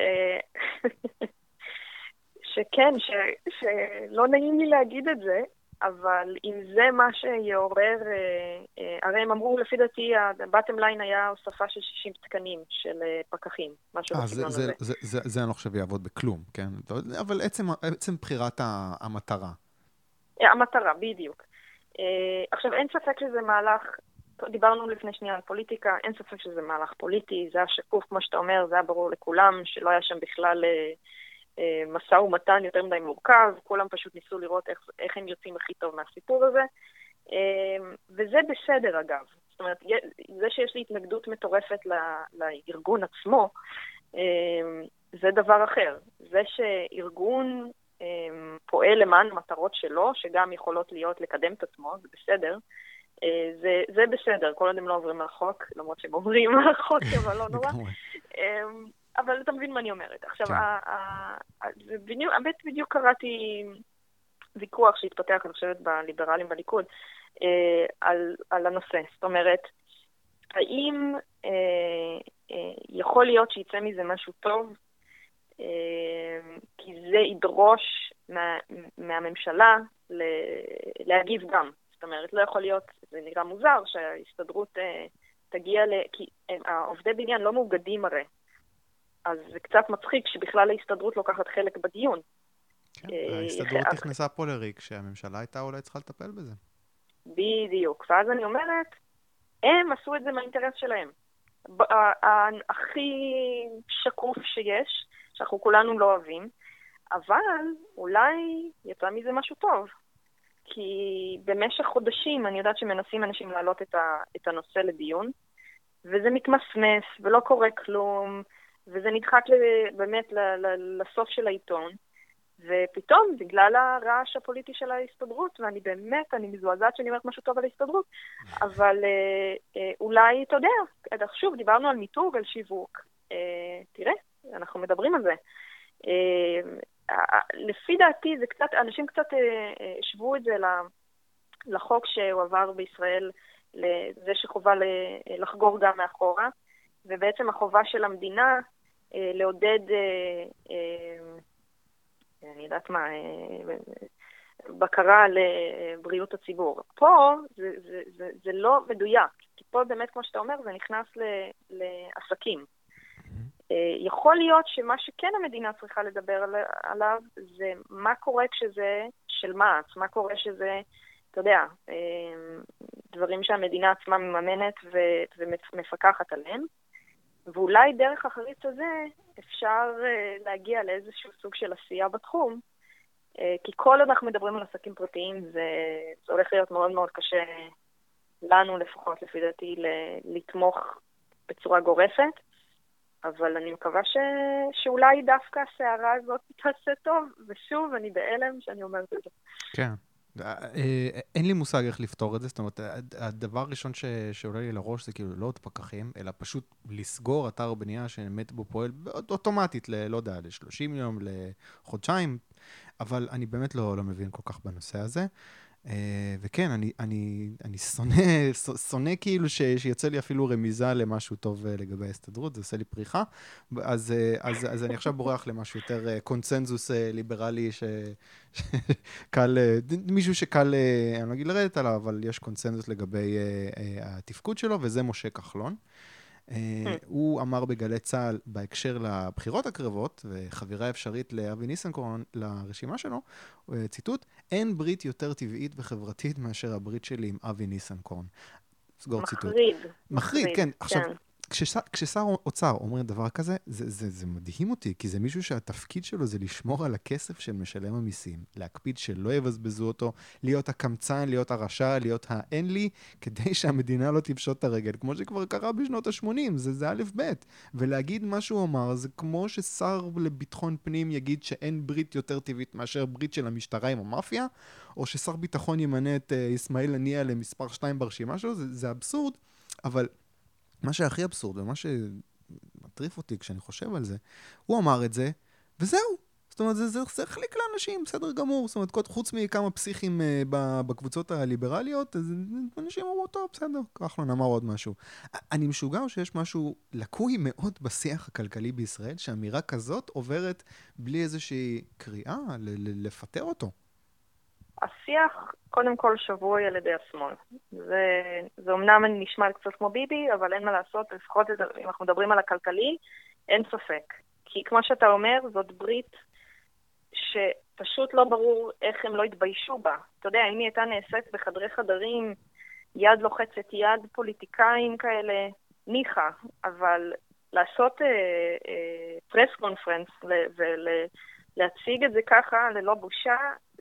S2: שכן, ש... שלא נעים לי להגיד את זה, אבל אם זה מה שיעורר, הרי הם אמרו לפי דעתי, הבטם ליין היה הוספה של שישים תקנים של פקחים, משהו בסגנון הזה.
S1: זה אני לא חושב יעבוד בכלום, כן? אבל עצם בחירת המטרה.
S2: המטרה, בדיוק. עכשיו, אין ספק שזה מהלך, דיברנו לפני שנייה על פוליטיקה, אין ספק שזה מהלך פוליטי, זה היה שקוף, כמו שאתה אומר, זה היה ברור לכולם, שלא היה שם בכלל מסע ומתן יותר מדי מורכב, כולם פשוט ניסו לראות איך, איך הם יוצאים הכי טוב מהסיפור הזה, וזה בסדר אגב. זאת אומרת, זה שיש לי התנגדות מטורפת לארגון עצמו, זה דבר אחר. זה שארגון פועל למען מטרות שלו, שגם יכולות להיות לקדם את עצמו, זה בסדר. זה, זה בסדר, כל עוד הם לא עוברים מהחוק, למרות שהם עוברים מהחוק, אבל לא נורא. אבל אתה מבין מה אני אומרת. עכשיו, באמת בדיוק קראתי ויכוח שהתפתח, אני חושבת, בליברלים בליכוד, על הנושא. זאת אומרת, האם יכול להיות שיצא מזה משהו טוב, כי זה ידרוש מה, מהממשלה להגיב גם. זאת אומרת, לא יכול להיות, זה נראה מוזר שההסתדרות תגיע ל... כי העובדי בניין לא מאוגדים הרי. אז זה קצת מצחיק שבכלל ההסתדרות לוקחת חלק בדיון.
S1: כן, ההסתדרות נכנסה פה לריק שהממשלה הייתה אולי צריכה לטפל בזה.
S2: בדיוק. ואז אני אומרת, הם עשו את זה מהאינטרס שלהם. הכי שקוף שיש, שאנחנו כולנו לא אוהבים, אבל אולי יצא מזה משהו טוב. כי במשך חודשים אני יודעת שמנסים אנשים להעלות את, ה, את הנושא לדיון, וזה מתמסמס ולא קורה כלום, וזה נדחק באמת לסוף של העיתון, ופתאום בגלל הרעש הפוליטי של ההסתדרות, ואני באמת, אני מזועזעת שאני אומרת משהו טוב על ההסתדרות, אבל אולי, אתה יודע, שוב, דיברנו על מיתוג, על שיווק, תראה, אנחנו מדברים על זה. לפי דעתי, זה קצת, אנשים קצת שוו את זה לחוק שהוא עבר בישראל, לזה שחובה לחגור גם מאחורה, ובעצם החובה של המדינה לעודד, אני יודעת מה, בקרה לבריאות הציבור. פה זה, זה, זה, זה לא מדויק, כי פה באמת, כמו שאתה אומר, זה נכנס לעסקים. יכול להיות שמה שכן המדינה צריכה לדבר עליו, זה מה קורה כשזה של מעץ, מה קורה שזה, אתה יודע, דברים שהמדינה עצמה מממנת ומפקחת עליהם, ואולי דרך החריץ הזה אפשר להגיע לאיזשהו סוג של עשייה בתחום, כי כל עוד אנחנו מדברים על עסקים פרטיים, זה, זה הולך להיות מאוד מאוד קשה לנו לפחות, לפי דעתי, לתמוך בצורה גורפת, אבל אני מקווה ש... שאולי דווקא הסערה הזאת תעשה טוב, ושוב, אני בהלם שאני אומרת את זה.
S1: כן. אין לי מושג איך לפתור את זה, זאת אומרת, הדבר הראשון ש... שעולה לי לראש זה כאילו לא עוד פקחים, אלא פשוט לסגור אתר בנייה שבאמת בו פועל אוטומטית, ל... לא יודע, ל-שלושים יום, לחודשיים, אבל אני באמת לא, לא מבין כל כך בנושא הזה. Uh, וכן, אני, אני, אני שונא, שונא כאילו ש, שיוצא לי אפילו רמיזה למשהו טוב uh, לגבי ההסתדרות, זה עושה לי פריחה, אז, uh, אז, אז אני עכשיו בורח למשהו יותר uh, קונצנזוס uh, ליברלי, ש, שקל, uh, מישהו שקל, uh, אני לא אגיד לרדת עליו, אבל יש קונצנזוס לגבי uh, uh, התפקוד שלו, וזה משה כחלון. Uh, הוא אמר בגלי צהל בהקשר לבחירות הקרבות, וחבירה אפשרית לאבי ניסנקורן לרשימה שלו, uh, ציטוט, אין ברית יותר טבעית וחברתית מאשר הברית שלי עם אבי ניסנקורן. סגור ציטוט.
S2: מחריד.
S1: מחריד, כן. עכשיו, כששר, כששר אוצר אומר דבר כזה, זה, זה, זה מדהים אותי, כי זה מישהו שהתפקיד שלו זה לשמור על הכסף של משלם המיסים, להקפיד שלא יבזבזו אותו, להיות הקמצן, להיות הרשע, להיות האין לי, כדי שהמדינה לא תפשוט את הרגל, כמו שכבר קרה בשנות ה-שמונים, זה זה א' ב', ולהגיד מה שהוא אמר, זה כמו ששר לביטחון פנים יגיד שאין ברית יותר טבעית מאשר ברית של המשטרה עם המאפיה, או ששר ביטחון ימנה את איסמעיל הנייה למספר שתיים ברשימה שלו, זה, זה אבסורד, אבל מה שהכי אבסורד, ומה שמטריף אותי כשאני חושב על זה, הוא אמר את זה, וזהו. זאת אומרת, זה, זה, זה חליק לאנשים, בסדר גמור. זאת אומרת, חוץ מכמה פסיכים uh, בקבוצות הליברליות, אז אנשים אמרו, טוב, בסדר, כחלון אמר עוד משהו. אני משוגע שיש משהו לקוי מאוד בשיח הכלכלי בישראל, שאמירה כזאת עוברת בלי איזושהי קריאה ל- ל- לפטר אותו.
S2: השיח קודם כל שבוי על ידי השמאל. זה, זה אומנם נשמע קצת כמו ביבי, אבל אין מה לעשות, לפחות אם אנחנו מדברים על הכלכלי, אין ספק. כי כמו שאתה אומר, זאת ברית שפשוט לא ברור איך הם לא התביישו בה. אתה יודע, אם היא הייתה נעשית בחדרי חדרים, יד לוחצת יד, פוליטיקאים כאלה, ניחה, אבל לעשות פרס קונפרנס ולהציג את זה ככה ללא בושה,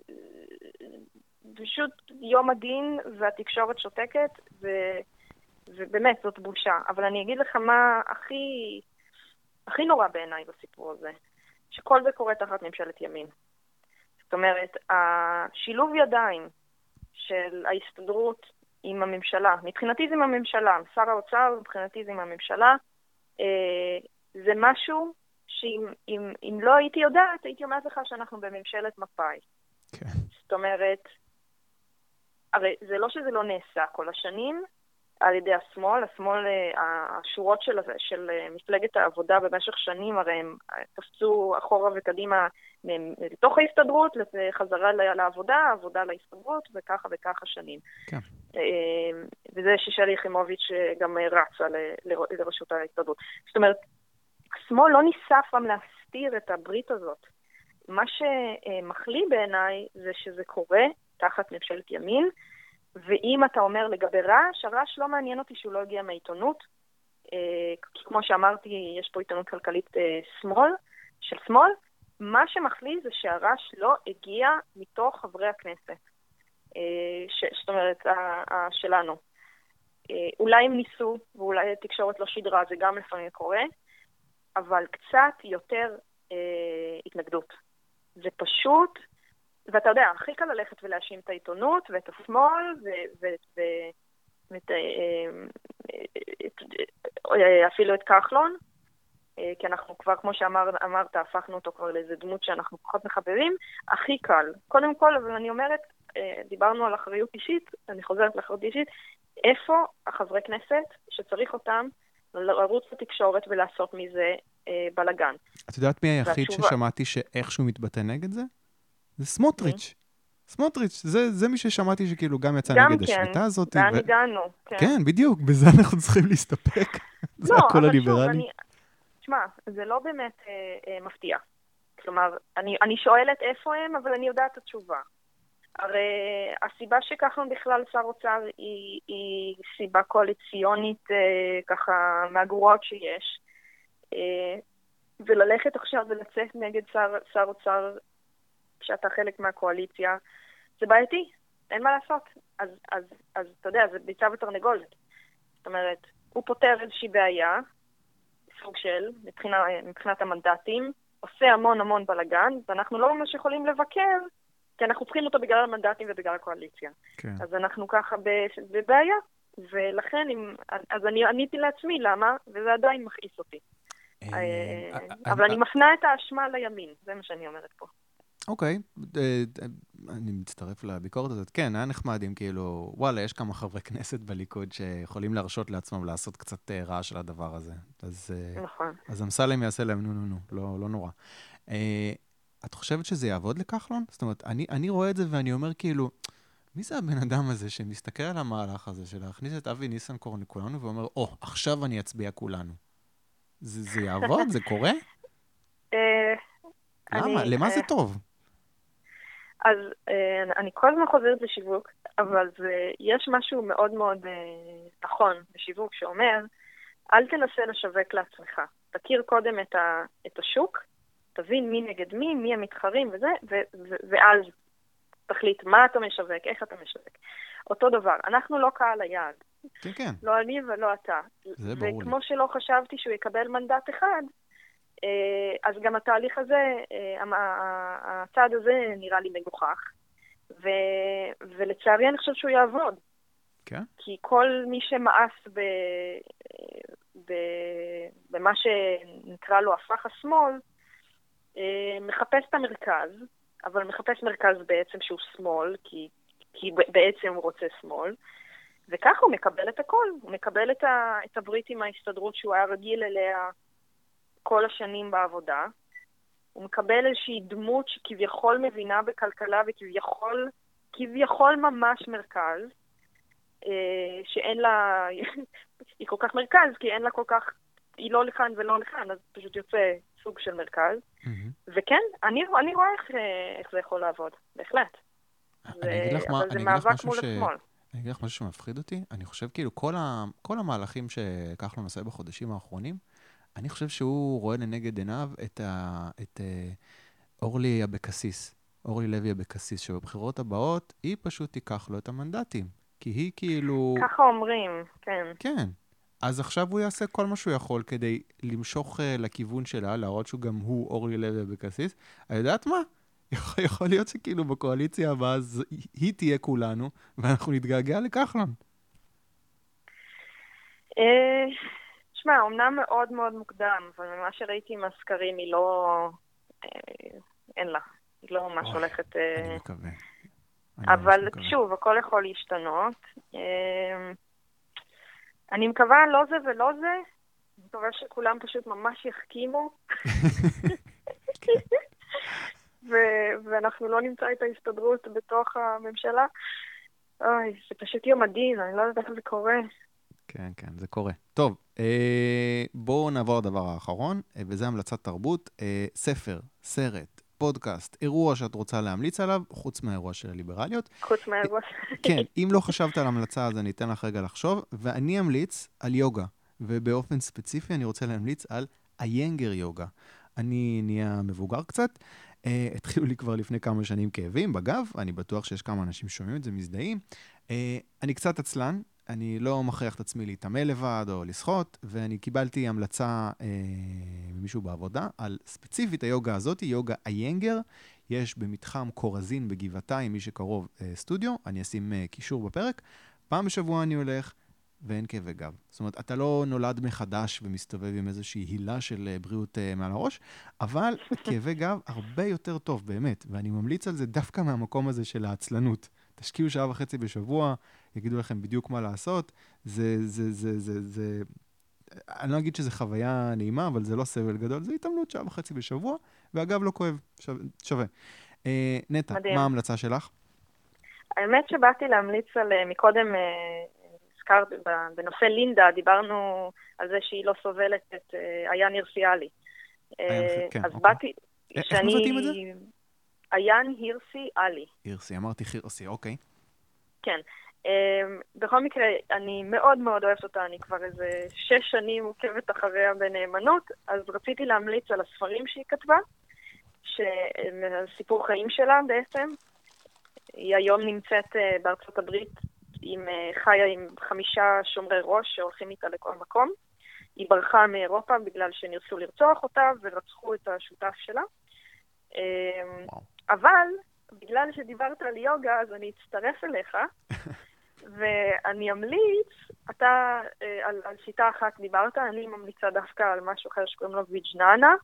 S2: פשוט יום הדין והתקשורת שותקת, ו... ובאמת זאת בושה. אבל אני אגיד לך מה הכי, הכי נורא בעיניי בסיפור הזה, שכל זה קורה תחת ממשלת ימין. זאת אומרת, השילוב ידיים של ההסתדרות עם הממשלה, מבחינתי זה עם הממשלה, שר האוצר, מבחינתי זה עם הממשלה, זה משהו שאם אם, אם לא הייתי יודעת, הייתי אומרת לך שאנחנו בממשלת מפא"י.
S1: כן.
S2: זאת אומרת, הרי זה לא שזה לא נעשה כל השנים, על ידי השמאל. השמאל, השורות של, של מפלגת העבודה במשך שנים, הרי הם תפצו אחורה וקדימה לתוך ההסתדרות, חזרה לעבודה, עבודה להסתדרות, וככה וככה שנים.
S1: כן.
S2: וזה ששלי יחימוביץ' גם רצה לרשות ההסתדרות. זאת אומרת, השמאל לא ניסה פעם להסתיר את הברית הזאת. מה שמחליא בעיניי זה שזה קורה תחת ממשלת ימין, ואם אתה אומר לגבי רעש, הרעש לא מעניין אותי שהוא לא הגיע מהעיתונות, כי כמו שאמרתי, יש פה עיתונות כלכלית שמאל, של שמאל, מה שמחליא זה שהרעש לא הגיע מתוך חברי הכנסת, זאת אומרת, שלנו. אולי הם ניסו, ואולי התקשורת לא שדרה, זה גם לפעמים קורה, אבל קצת יותר התנגדות. זה פשוט... ואתה יודע, הכי קל ללכת ולהאשים את העיתונות ואת השמאל ואפילו את כחלון, כי אנחנו כבר, כמו שאמרת, הפכנו אותו כבר לאיזה דמות שאנחנו פחות מחברים. הכי קל. קודם כל, אבל אני אומרת, דיברנו על אחריות אישית, אני חוזרת לאחריות אישית, איפה החברי כנסת שצריך אותם לרוץ לתקשורת ולעשות מזה בלגן?
S1: את יודעת מי היחיד ששמעתי שאיכשהו מתבטא נגד זה? זה סמוטריץ'. סמוטריץ', זה, זה מי ששמעתי שכאילו גם יצא
S2: גם
S1: נגד
S2: כן,
S1: השביתה הזאת.
S2: גם הגענו. כן.
S1: כן, בדיוק, בזה אנחנו צריכים להסתפק. זה
S2: לא,
S1: הכל הליברלי.
S2: תשמע, זה לא באמת אה, אה, מפתיע. כלומר, אני, אני שואלת איפה הם, אבל אני יודעת את התשובה. הרי הסיבה שכחלון בכלל שר אוצר היא, היא סיבה קואליציונית אה, ככה מהגרועות שיש. אה, וללכת עכשיו ולצאת נגד שר, שר אוצר כשאתה חלק מהקואליציה, זה בעייתי, אין מה לעשות. אז, אז, אז אתה יודע, זה ביצה ותרנגולת. זאת אומרת, הוא פותר איזושהי בעיה, סוג של, מבחינת, מבחינת המנדטים, עושה המון המון בלגן, ואנחנו לא ממש יכולים לבקר, כי אנחנו צריכים אותו בגלל המנדטים ובגלל הקואליציה. כן. אז אנחנו ככה בבעיה, ולכן, אם, אז אני עניתי לעצמי, למה? וזה עדיין מכעיס אותי. אבל אני מפנה את האשמה לימין, זה מה שאני אומרת פה.
S1: אוקיי, אני מצטרף לביקורת הזאת. כן, היה נחמד אם כאילו, וואלה, יש כמה חברי כנסת בליכוד שיכולים להרשות לעצמם לעשות קצת רעש של הדבר הזה.
S2: נכון.
S1: אז אמסלם יעשה להם, נו, נו, נו, לא נורא. את חושבת שזה יעבוד לכחלון? זאת אומרת, אני רואה את זה ואני אומר כאילו, מי זה הבן אדם הזה שמסתכל על המהלך הזה של להכניס את אבי ניסנקורן לכולנו ואומר, או, עכשיו אני אצביע כולנו. זה יעבוד? זה קורה? למה? למה זה טוב?
S2: אז אני כל הזמן חוזרת לשיווק, אבל יש משהו מאוד מאוד נכון בשיווק שאומר, אל תנסה לשווק לעצמך. תכיר קודם את, ה, את השוק, תבין מי נגד מי, מי המתחרים וזה, ו, ו, ואז תחליט מה אתה משווק, איך אתה משווק. אותו דבר, אנחנו לא קהל היעד.
S1: כן, כן.
S2: לא אני ולא אתה.
S1: זה ברור לי.
S2: וכמו שלא חשבתי שהוא יקבל מנדט אחד, אז גם התהליך הזה, הצעד הזה נראה לי מגוחך, ו, ולצערי אני חושב שהוא יעבוד.
S1: כן?
S2: כי כל מי שמאס ב, ב, במה שנקרא לו הפך השמאל, מחפש את המרכז, אבל מחפש מרכז בעצם שהוא שמאל, כי, כי בעצם הוא רוצה שמאל, וככה הוא מקבל את הכל. הוא מקבל את, ה, את הברית עם ההסתדרות שהוא היה רגיל אליה, כל השנים בעבודה, הוא מקבל איזושהי דמות שכביכול מבינה בכלכלה וכביכול כביכול ממש מרכז, שאין לה, היא כל כך מרכז, כי אין לה כל כך, היא לא לכאן ולא לכאן, אז פשוט יוצא סוג של מרכז. Mm-hmm. וכן, אני, אני רואה איך, איך זה יכול לעבוד, בהחלט.
S1: אני אגיד לך מה,
S2: אבל זה מאבק מול השמאל.
S1: אני אגיד לך משהו שמפחיד אותי, אני חושב כאילו כל, ה, כל המהלכים שכחלון עושה בחודשים האחרונים, אני חושב שהוא רואה לנגד עיניו את, ה, את uh, אורלי אבקסיס, אורלי לוי אבקסיס, שבבחירות הבאות היא פשוט תיקח לו את המנדטים. כי היא כאילו...
S2: ככה אומרים, כן.
S1: כן. אז עכשיו הוא יעשה כל מה שהוא יכול כדי למשוך uh, לכיוון שלה, להראות שהוא גם הוא אורלי לוי אבקסיס. אני יודעת מה? יכול, יכול להיות שכאילו בקואליציה הבאה היא תהיה כולנו, ואנחנו נתגעגע לכחלון.
S2: אה... תשמע, אמנם מאוד מאוד מוקדם, אבל ממה שראיתי עם הסקרים היא לא... אה, אין לה. היא לא ממש
S1: אוי,
S2: הולכת...
S1: אה... אני מקווה.
S2: אני אבל שוב, הכל יכול להשתנות. אה, אני מקווה לא זה ולא זה, אני מקווה שכולם פשוט ממש יחכימו, ו- ואנחנו לא נמצא את ההסתדרות בתוך הממשלה. אוי, זה פשוט יום הדין, אני לא יודעת איך זה קורה.
S1: כן, כן, זה קורה. טוב, אה, בואו נעבור לדבר האחרון, אה, וזה המלצת תרבות. אה, ספר, סרט, פודקאסט, אירוע שאת רוצה להמליץ עליו, חוץ מהאירוע של הליברליות.
S2: חוץ מהאירוע.
S1: כן, אם לא חשבת על המלצה, אז אני אתן לך רגע לחשוב, ואני אמליץ על יוגה, ובאופן ספציפי אני רוצה להמליץ על איינגר יוגה. אני נהיה מבוגר קצת, uh, התחילו לי כבר לפני כמה שנים כאבים בגב, אני בטוח שיש כמה אנשים שומעים את זה מזדהים. Uh, אני קצת עצלן, אני לא מכריח את עצמי להתעמל לבד או לשחות, ואני קיבלתי המלצה uh, ממישהו בעבודה על ספציפית היוגה הזאת, יוגה איינגר, יש במתחם קורזין בגבעתיים, מי שקרוב uh, סטודיו, אני אשים uh, קישור בפרק, פעם בשבוע אני הולך, ואין כאבי גב. זאת אומרת, אתה לא נולד מחדש ומסתובב עם איזושהי הילה של בריאות uh, מעל הראש, אבל כאבי גב הרבה יותר טוב, באמת, ואני ממליץ על זה דווקא מהמקום הזה של העצלנות. תשקיעו שעה וחצי בשבוע, יגידו לכם בדיוק מה לעשות, זה, זה, זה, זה, זה, אני לא אגיד שזה חוויה נעימה, אבל זה לא סבל גדול, זה התאמנות שעה וחצי בשבוע, והגב לא כואב, שווה. שווה. אה, נטע,
S2: מדהים.
S1: מה ההמלצה שלך?
S2: האמת שבאתי להמליץ על, מקודם, הזכרת, בנושא לינדה, דיברנו על זה שהיא לא סובלת את עיין הירסיאלי.
S1: כן,
S2: אז
S1: אוקיי.
S2: באתי,
S1: איך
S2: שאני...
S1: מבטאים את זה?
S2: עיין הירסי אלי.
S1: הירסי, אמרתי הירסי, אוקיי.
S2: כן. בכל מקרה, אני מאוד מאוד אוהבת אותה, אני כבר איזה שש שנים עוקבת אחריה בנאמנות, אז רציתי להמליץ על הספרים שהיא כתבה, סיפור חיים שלה בעצם. היא היום נמצאת בארצות הברית, עם חיה עם חמישה שומרי ראש שהולכים איתה לכל מקום. היא ברחה מאירופה בגלל שניסו לרצוח אותה ורצחו את השותף שלה. וואו. אבל בגלל שדיברת על יוגה, אז אני אצטרף אליך, ואני אמליץ, אתה על, על שיטה אחת דיברת, אני ממליצה דווקא על משהו אחר שקוראים לו ויג'ננה,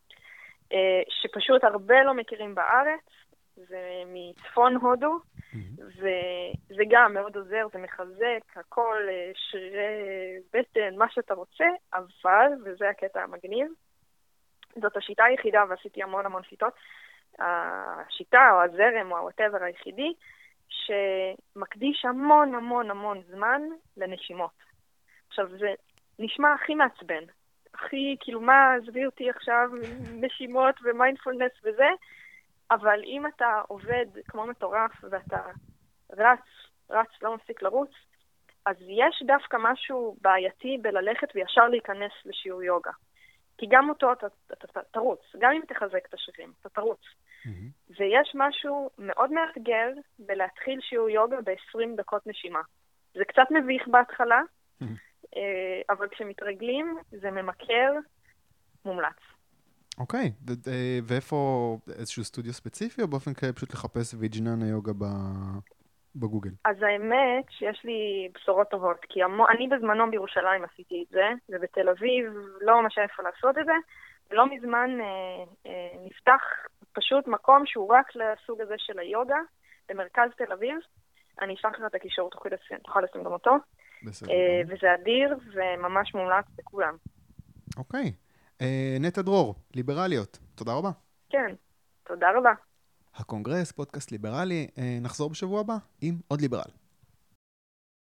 S2: שפשוט הרבה לא מכירים בארץ, זה מצפון הודו, וזה גם מאוד עוזר, זה מחזק, הכל, שרירי בטן, מה שאתה רוצה, אבל, וזה הקטע המגניב, זאת השיטה היחידה, ועשיתי המון המון שיטות, השיטה או הזרם או whatever היחידי, שמקדיש המון המון המון זמן לנשימות. עכשיו, זה נשמע הכי מעצבן, הכי, כאילו, מה, עזבי אותי עכשיו, נשימות ומיינדפולנס וזה, אבל אם אתה עובד כמו מטורף ואתה רץ, רץ, לא מפסיק לרוץ, אז יש דווקא משהו בעייתי בללכת וישר להיכנס לשיעור יוגה. כי גם אותו אתה, אתה, אתה תרוץ, גם אם תחזק את השרירים, אתה תרוץ. Mm-hmm. ויש משהו מאוד מאתגר בלהתחיל שיעור יוגה ב-עשרים דקות נשימה. זה קצת מביך בהתחלה, mm-hmm. אבל כשמתרגלים זה ממכר, מומלץ.
S1: אוקיי, ואיפה איזשהו סטודיו ספציפי, או באופן כלל פשוט לחפש ויג'ננה יוגה בגוגל?
S2: אז האמת שיש לי בשורות טובות, כי אני בזמנו בירושלים עשיתי את זה, ובתל אביב לא ממש איפה לעשות את זה, ולא מזמן נפתח פשוט מקום שהוא רק לסוג הזה של היוגה, במרכז תל אביב. אני אשלח לך את הקישור, תוכל לשים גם אותו. וזה אדיר וממש מומלץ בכולם.
S1: אוקיי. נטע דרור, ליברליות. תודה רבה.
S2: כן, תודה רבה.
S1: הקונגרס, פודקאסט ליברלי, נחזור בשבוע הבא עם עוד ליברל.